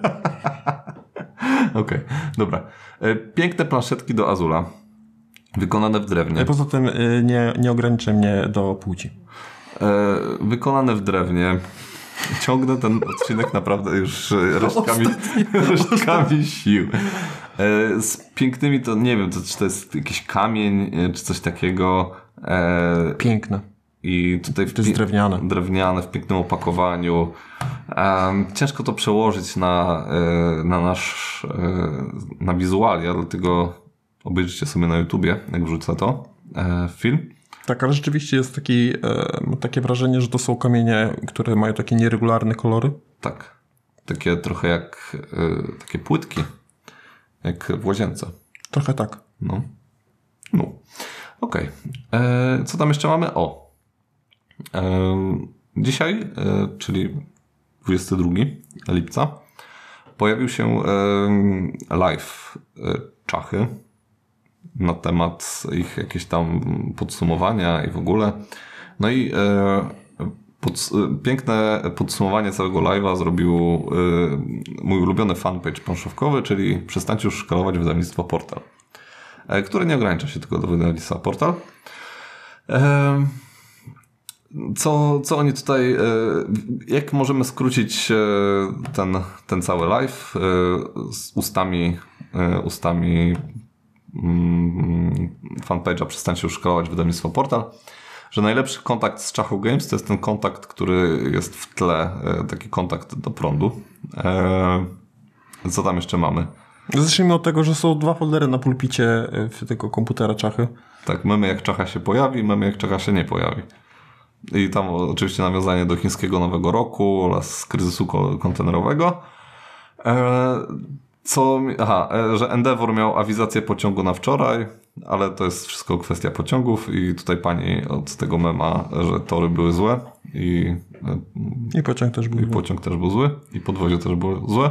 Okej, okay, dobra. Piękne planszetki do Azula. Wykonane w drewnie. Poza tym nie, nie ograniczaj mnie do płci. Wykonane w drewnie. Ciągnę ten odcinek naprawdę już resztkami, resztkami sił. Z pięknymi to nie wiem, to, czy to jest jakiś kamień, czy coś takiego. Piękne. I tutaj to jest drewniane. Drewniane w pięknym opakowaniu. Um, ciężko to przełożyć na, na nasz na wizualia, dlatego obejrzyjcie sobie na YouTubie, jak wrzucę to e, film. Tak, ale rzeczywiście jest taki, e, takie wrażenie, że to są kamienie, które mają takie nieregularne kolory. Tak. Takie trochę jak e, takie płytki. Jak w łazience. Trochę tak. No. No. Okej. Okay. Co tam jeszcze mamy? O. E, dzisiaj, e, czyli dwudziestego drugiego lipca, pojawił się e, live e, Czachy na temat ich jakieś tam podsumowania i w ogóle. No i e, pod, piękne podsumowanie całego live'a zrobił e, mój ulubiony fanpage planszówkowy, czyli Przestańcie już szkalować wydawnictwo Portal, e, które nie ogranicza się tylko do wydawnictwa Portal. E, co, co oni tutaj, e, jak możemy skrócić e, ten, ten cały live e, z ustami, e, ustami fanpage'a Przestańcie już szkalować wydawnictwo Portal, że najlepszy kontakt z Czachu Games to jest ten kontakt, który jest w tle, taki kontakt do prądu. Co tam jeszcze mamy? Zacznijmy od tego, że są dwa foldery na pulpicie tego komputera Czachy. Tak, memy jak Czacha się pojawi, memy jak Czacha się nie pojawi. I tam oczywiście nawiązanie do chińskiego Nowego Roku oraz kryzysu kontenerowego. Co, aha, że Endeavor miał awizację pociągu na wczoraj, ale to jest wszystko kwestia pociągów i tutaj pani od tego mema, że tory były złe i, I pociąg też był i zły. pociąg też był zły i podwozie też było złe.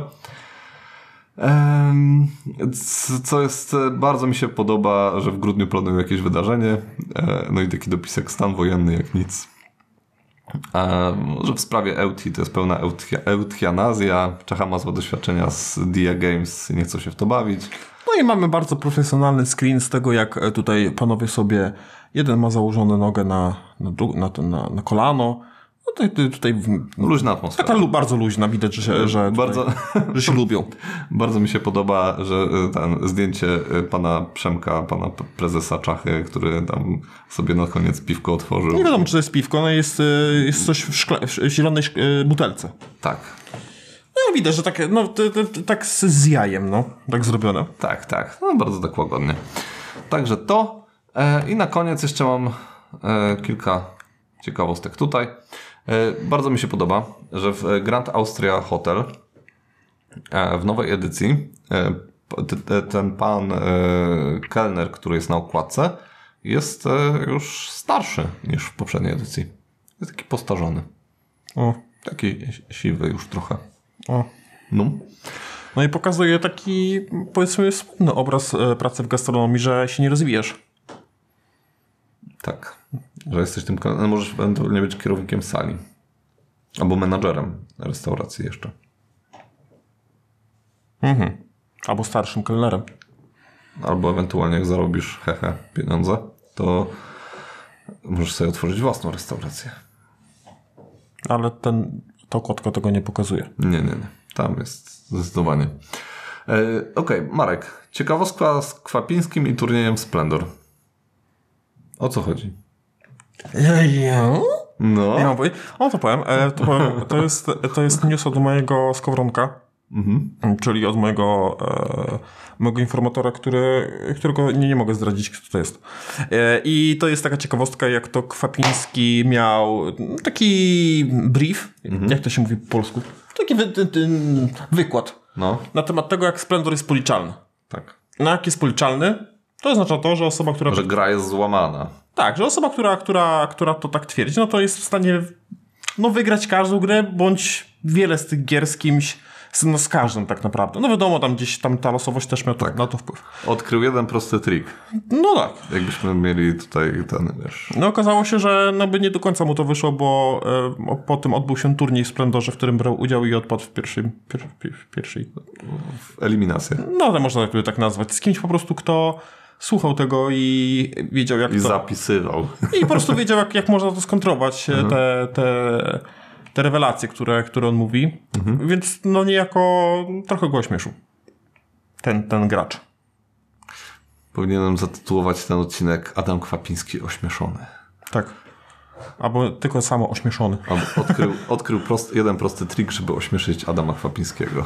Um, co jest, bardzo mi się podoba, że w grudniu planują jakieś wydarzenie, no i taki dopisek stan wojenny jak nic. Um, że w sprawie Euti to jest pełna eutianazja. Czacha ma złe doświadczenia z Dia Games i nie chce się w to bawić. No i mamy bardzo profesjonalny screen z tego, jak tutaj panowie sobie, jeden ma założone nogę na, na, na, na, na kolano. No tutaj, tutaj luźna atmosfera. Taka bardzo luźna, widać, że, się, że, tutaj, bardzo, że się lubią. Bardzo mi się podoba, że ten zdjęcie pana Przemka, pana prezesa Czachy, który tam sobie na koniec piwko otworzył. Nie wiadomo, czy to jest piwko, no jest, jest coś w, szkle, w zielonej butelce. Tak. No widać, że tak, no, to, to, to, tak z, z jajem, no, tak zrobione. Tak, tak, no bardzo tak łagodnie. Także to e, i na koniec jeszcze mam e, kilka ciekawostek tutaj. Bardzo mi się podoba, że w Grand Austria Hotel w nowej edycji ten pan kelner, który jest na okładce, jest już starszy niż w poprzedniej edycji. Jest taki postarzony. O. Taki siwy już trochę. O. No. No i pokazuje taki, powiedzmy, smutny obraz pracy w gastronomii, że się nie rozwijasz. Tak. Że jesteś tym, no możesz ewentualnie być kierownikiem sali. Albo menadżerem restauracji jeszcze. Mhm. Albo starszym kelnerem. Albo ewentualnie jak zarobisz hehe pieniądze, to możesz sobie otworzyć własną restaurację. Ale ten, to kotko tego nie pokazuje. Nie, nie, nie. Tam jest zdecydowanie. E, Okej, okay, Marek. Ciekawostka z Kwapińskim i turniejem Splendor. O co chodzi? Ja? No. Nie mam powiedzieć. O, to powiem. E, to, powiem to, jest, to jest news od mojego skowronka. Mhm. Czyli od mojego, e, mojego informatora, który, którego nie, nie mogę zdradzić, kto to jest. E, I to jest taka ciekawostka, jak to Kwapiński miał taki brief, mhm. jak to się mówi po polsku? Taki wy, ty, ty, wykład no. na temat tego, jak Splendor jest policzalny. Tak. No jak jest policzalny, to oznacza to, że osoba, która... Że gra jest złamana. Tak, że osoba, która, która, która to tak twierdzi, no to jest w stanie no, wygrać każdą grę, bądź wiele z tych gier z kimś, z, no, z każdym tak naprawdę. No wiadomo, tam gdzieś tam ta losowość też miała tak. na to wpływ. Odkrył jeden prosty trik. No tak. Jakbyśmy mieli tutaj ten, wiesz... No okazało się, że no by nie do końca mu to wyszło, bo e, po tym odbył się turniej w Splendorze, w którym brał udział i odpadł w pierwszej... Pier, w pierwszej... W eliminację. No to można tak, tak nazwać. Z kimś po prostu, kto słuchał tego i wiedział jak I to... zapisywał. I po prostu wiedział jak, jak można to skontrować, mhm. te... te te rewelacje, które, które on mówi, mhm. więc no niejako trochę go ośmieszył. Ten, ten gracz. Powinienem zatytułować ten odcinek Adam Kwapiński ośmieszony. Tak. Albo tylko samo ośmieszony. Albo odkrył, odkrył prost, jeden prosty trik, żeby ośmieszyć Adama Kwapińskiego.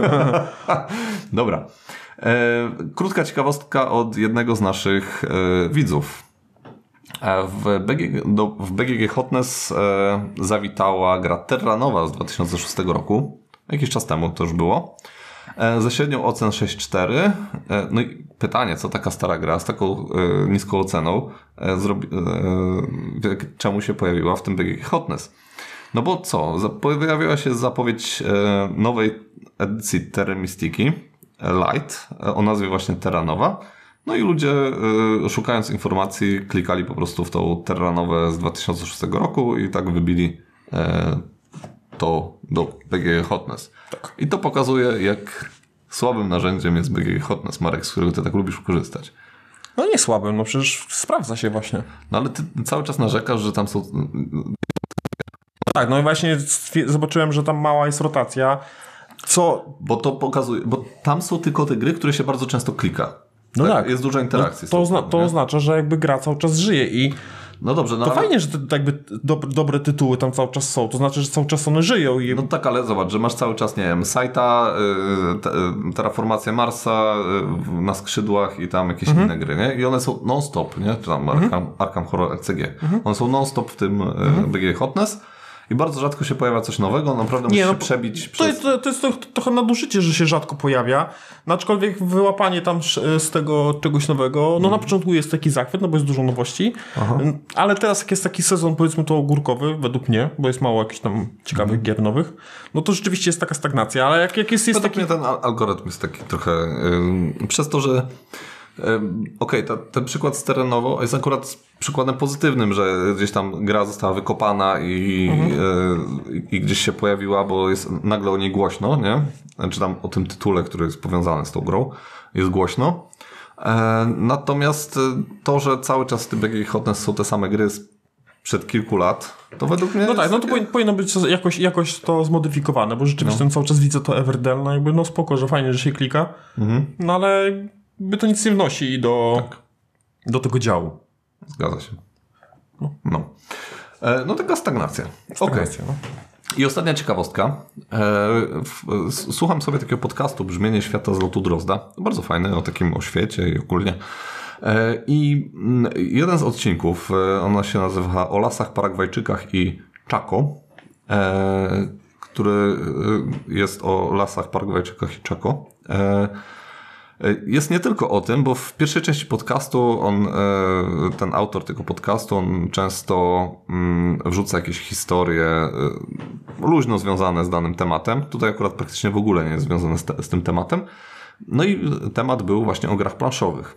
Dobra. E, krótka ciekawostka od jednego z naszych e, widzów. W B G G, do, w B G G Hotness e, zawitała gra Terra Nova z dwa tysiące szóstego roku. Jakiś czas temu to już było. E, ze średnią ocen sześć cztery. E, no i pytanie, co taka stara gra z taką e, niską oceną e, zrobi, e, czemu się pojawiła w tym B G G Hotness? No bo co? Pojawiła się zapowiedź e, nowej edycji Terra Mystiki Light e, o nazwie właśnie Terra Nova. No i ludzie y, szukając informacji klikali po prostu w tą Terra Novę z dwa tysiące szóstego roku i tak wybili y, to do B G G Hotness. Tak. I to pokazuje, jak słabym narzędziem jest B G G Hotness, Marek, z którego ty tak lubisz korzystać. No nie słabym, no przecież sprawdza się właśnie. No ale ty cały czas narzekasz, że tam są... Tak, no i właśnie zobaczyłem, że tam mała jest rotacja. Co? Bo to pokazuje, bo tam są tylko te gry, które się bardzo często klika. No tak, tak. Jest duża interakcja. No to, zna, to oznacza, że jakby gra cały czas żyje i no dobrze, no to ale... fajnie, że te, jakby do, dobre tytuły tam cały czas są. To znaczy, że cały czas one żyją. I... No tak, ale zobacz, że masz cały czas, nie wiem, Sajta, yy, te, Terraformacja Marsa yy, na skrzydłach i tam jakieś mhm. inne gry, nie? I one są non-stop, nie? Czy tam Arkham, mhm. Arkham Horror R C G. Mhm. One są non-stop w tym mhm. B G G Hotness. I bardzo rzadko się pojawia coś nowego, naprawdę musi no, się przebić to, przez... to, to jest to, to, trochę nadużycie, że się rzadko pojawia, no, aczkolwiek wyłapanie tam z tego czegoś nowego, no mm. na początku jest taki zachwyt, no bo jest dużo nowości, Aha. ale teraz jak jest taki sezon, powiedzmy to ogórkowy, według mnie, bo jest mało jakichś tam ciekawych mm. gier nowych, no to rzeczywiście jest taka stagnacja, ale jak, jak jest, jest według taki... mnie ten algorytm jest taki trochę... Yy, przez to, że Okej, okay, ten przykład z Terra Nova jest akurat przykładem pozytywnym, że gdzieś tam gra została wykopana i, mhm. y, i gdzieś się pojawiła, bo jest nagle o niej głośno, nie? Czy tam o tym tytule, który jest powiązany z tą grą, jest głośno. E, natomiast to, że cały czas w tym B G G Hotness są te same gry sprzed kilku lat, to według mnie... No tak, no to takie... powinno być jakoś, jakoś to zmodyfikowane, bo rzeczywiście no. cały czas widzę to Everdell, no jakby no spoko, że fajnie, że się klika, mhm. no ale... by to nic nie wnosi do, tak. do tego działu. Zgadza się. No, no. E, no taka stagnacja. Stagnacja, okay. no. I ostatnia ciekawostka. E, w, słucham sobie takiego podcastu Brzmienie świata z lotu Drozda. Bardzo fajny, o takim o świecie i ogólnie. E, I jeden z odcinków, e, ona się nazywa O lasach, Paragwajczykach i Chaco, e, który jest o lasach, Paragwajczykach i Chaco. E, Jest nie tylko o tym, bo w pierwszej części podcastu on, ten autor tego podcastu, on często wrzuca jakieś historie luźno związane z danym tematem. Tutaj akurat praktycznie w ogóle nie jest związane z, te, z tym tematem. No i temat był właśnie o grach planszowych.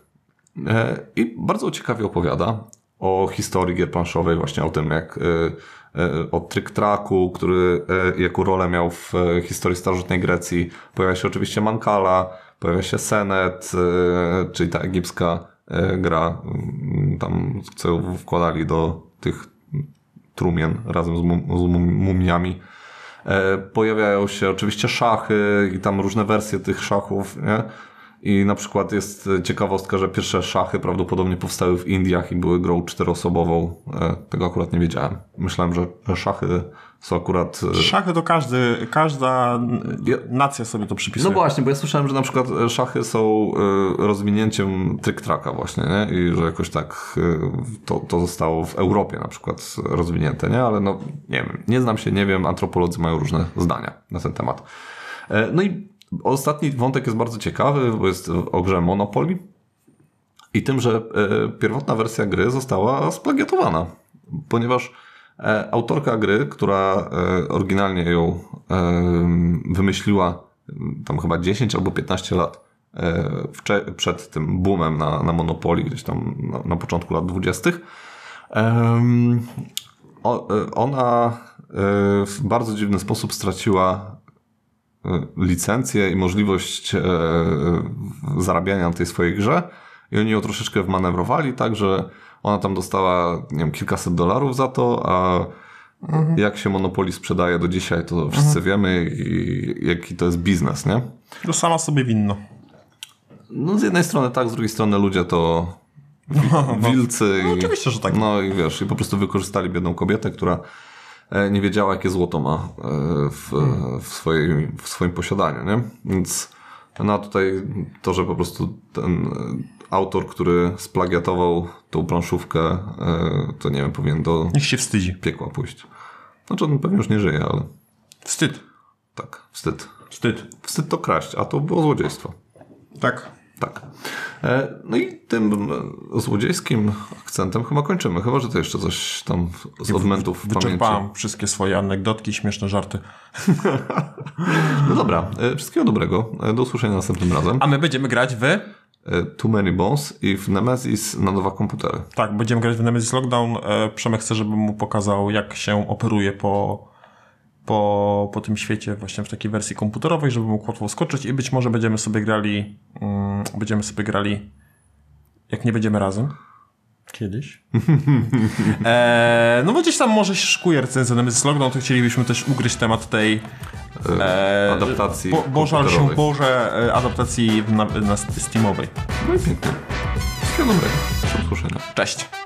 I bardzo ciekawie opowiada o historii gier planszowej, właśnie o tym, jak o Trick-Tracku, który jaką rolę miał w historii starożytnej Grecji. Pojawia się oczywiście Mancala, pojawia się Senet, czyli ta egipska gra, tam co wkładali do tych trumien razem z, mum, z mumiami. Pojawiają się oczywiście szachy i tam różne wersje tych szachów, nie? I na przykład jest ciekawostka, że pierwsze szachy prawdopodobnie powstały w Indiach i były grą czteroosobową. Tego akurat nie wiedziałem. Myślałem, że szachy są akurat... Szachy to każdy, każda nacja sobie to przypisuje. No właśnie, bo ja słyszałem, że na przykład szachy są rozwinięciem Trick-Tracka właśnie, nie? I że jakoś tak to, to zostało w Europie na przykład rozwinięte, nie? Ale no nie wiem, nie znam się, nie wiem, antropolodzy mają różne zdania na ten temat. No i ostatni wątek jest bardzo ciekawy, bo jest o grze Monopoly i tym, że pierwotna wersja gry została splagiatowana, ponieważ autorka gry, która oryginalnie ją wymyśliła tam chyba dziesięć albo piętnaście lat wcze- przed tym boomem na, na Monopoly, gdzieś tam na, na początku lat dwudziestych. Um, ona w bardzo dziwny sposób straciła licencję i możliwość zarabiania na tej swojej grze i oni ją troszeczkę wmanewrowali, tak, że ona tam dostała, nie wiem, kilkaset dolarów za to, a mhm. jak się Monopoly sprzedaje do dzisiaj, to wszyscy mhm. wiemy i jaki to jest biznes, nie? To sama sobie winno. No z jednej strony tak, z drugiej strony ludzie to wilcy. No, i, oczywiście, że tak. No i wiesz, i po prostu wykorzystali biedną kobietę, która nie wiedziała, jakie złoto ma w, w, swojej, w swoim posiadaniu, nie? Więc no tutaj to, że po prostu ten autor, który splagiatował tą planszówkę, to nie wiem, powinien do Niech się wstydzi. Piekła pójść. Znaczy on pewnie już nie żyje, ale... Wstyd. Tak, wstyd. Wstyd. Wstyd to kraść, a to było złodziejstwo. Tak. Tak. No i tym złodziejskim akcentem chyba kończymy. Chyba, że to jeszcze coś tam z odmentów w pamięci. Wyczerpałem wszystkie swoje anegdotki, śmieszne żarty. No dobra. Wszystkiego dobrego. Do usłyszenia następnym razem. A my będziemy grać w... Too Many Bones i w Nemesis na nowe komputery. Tak, będziemy grać w Nemesis Lockdown. Przemek chce, żebym mu pokazał, jak się operuje po... Po, po tym świecie właśnie w takiej wersji komputerowej, żeby mógł łatwo skoczyć i być może będziemy sobie grali um, będziemy sobie grali jak nie będziemy razem kiedyś e, no bo gdzieś tam może się szykuje recenzja Nemesis Lockdown, to chcielibyśmy też ugryźć temat tej e, adaptacji bo, Boże, się Boże adaptacji na, na Steamowej. No i pięknie. Wszystkiego dobrego. Do usłyszenia. Cześć.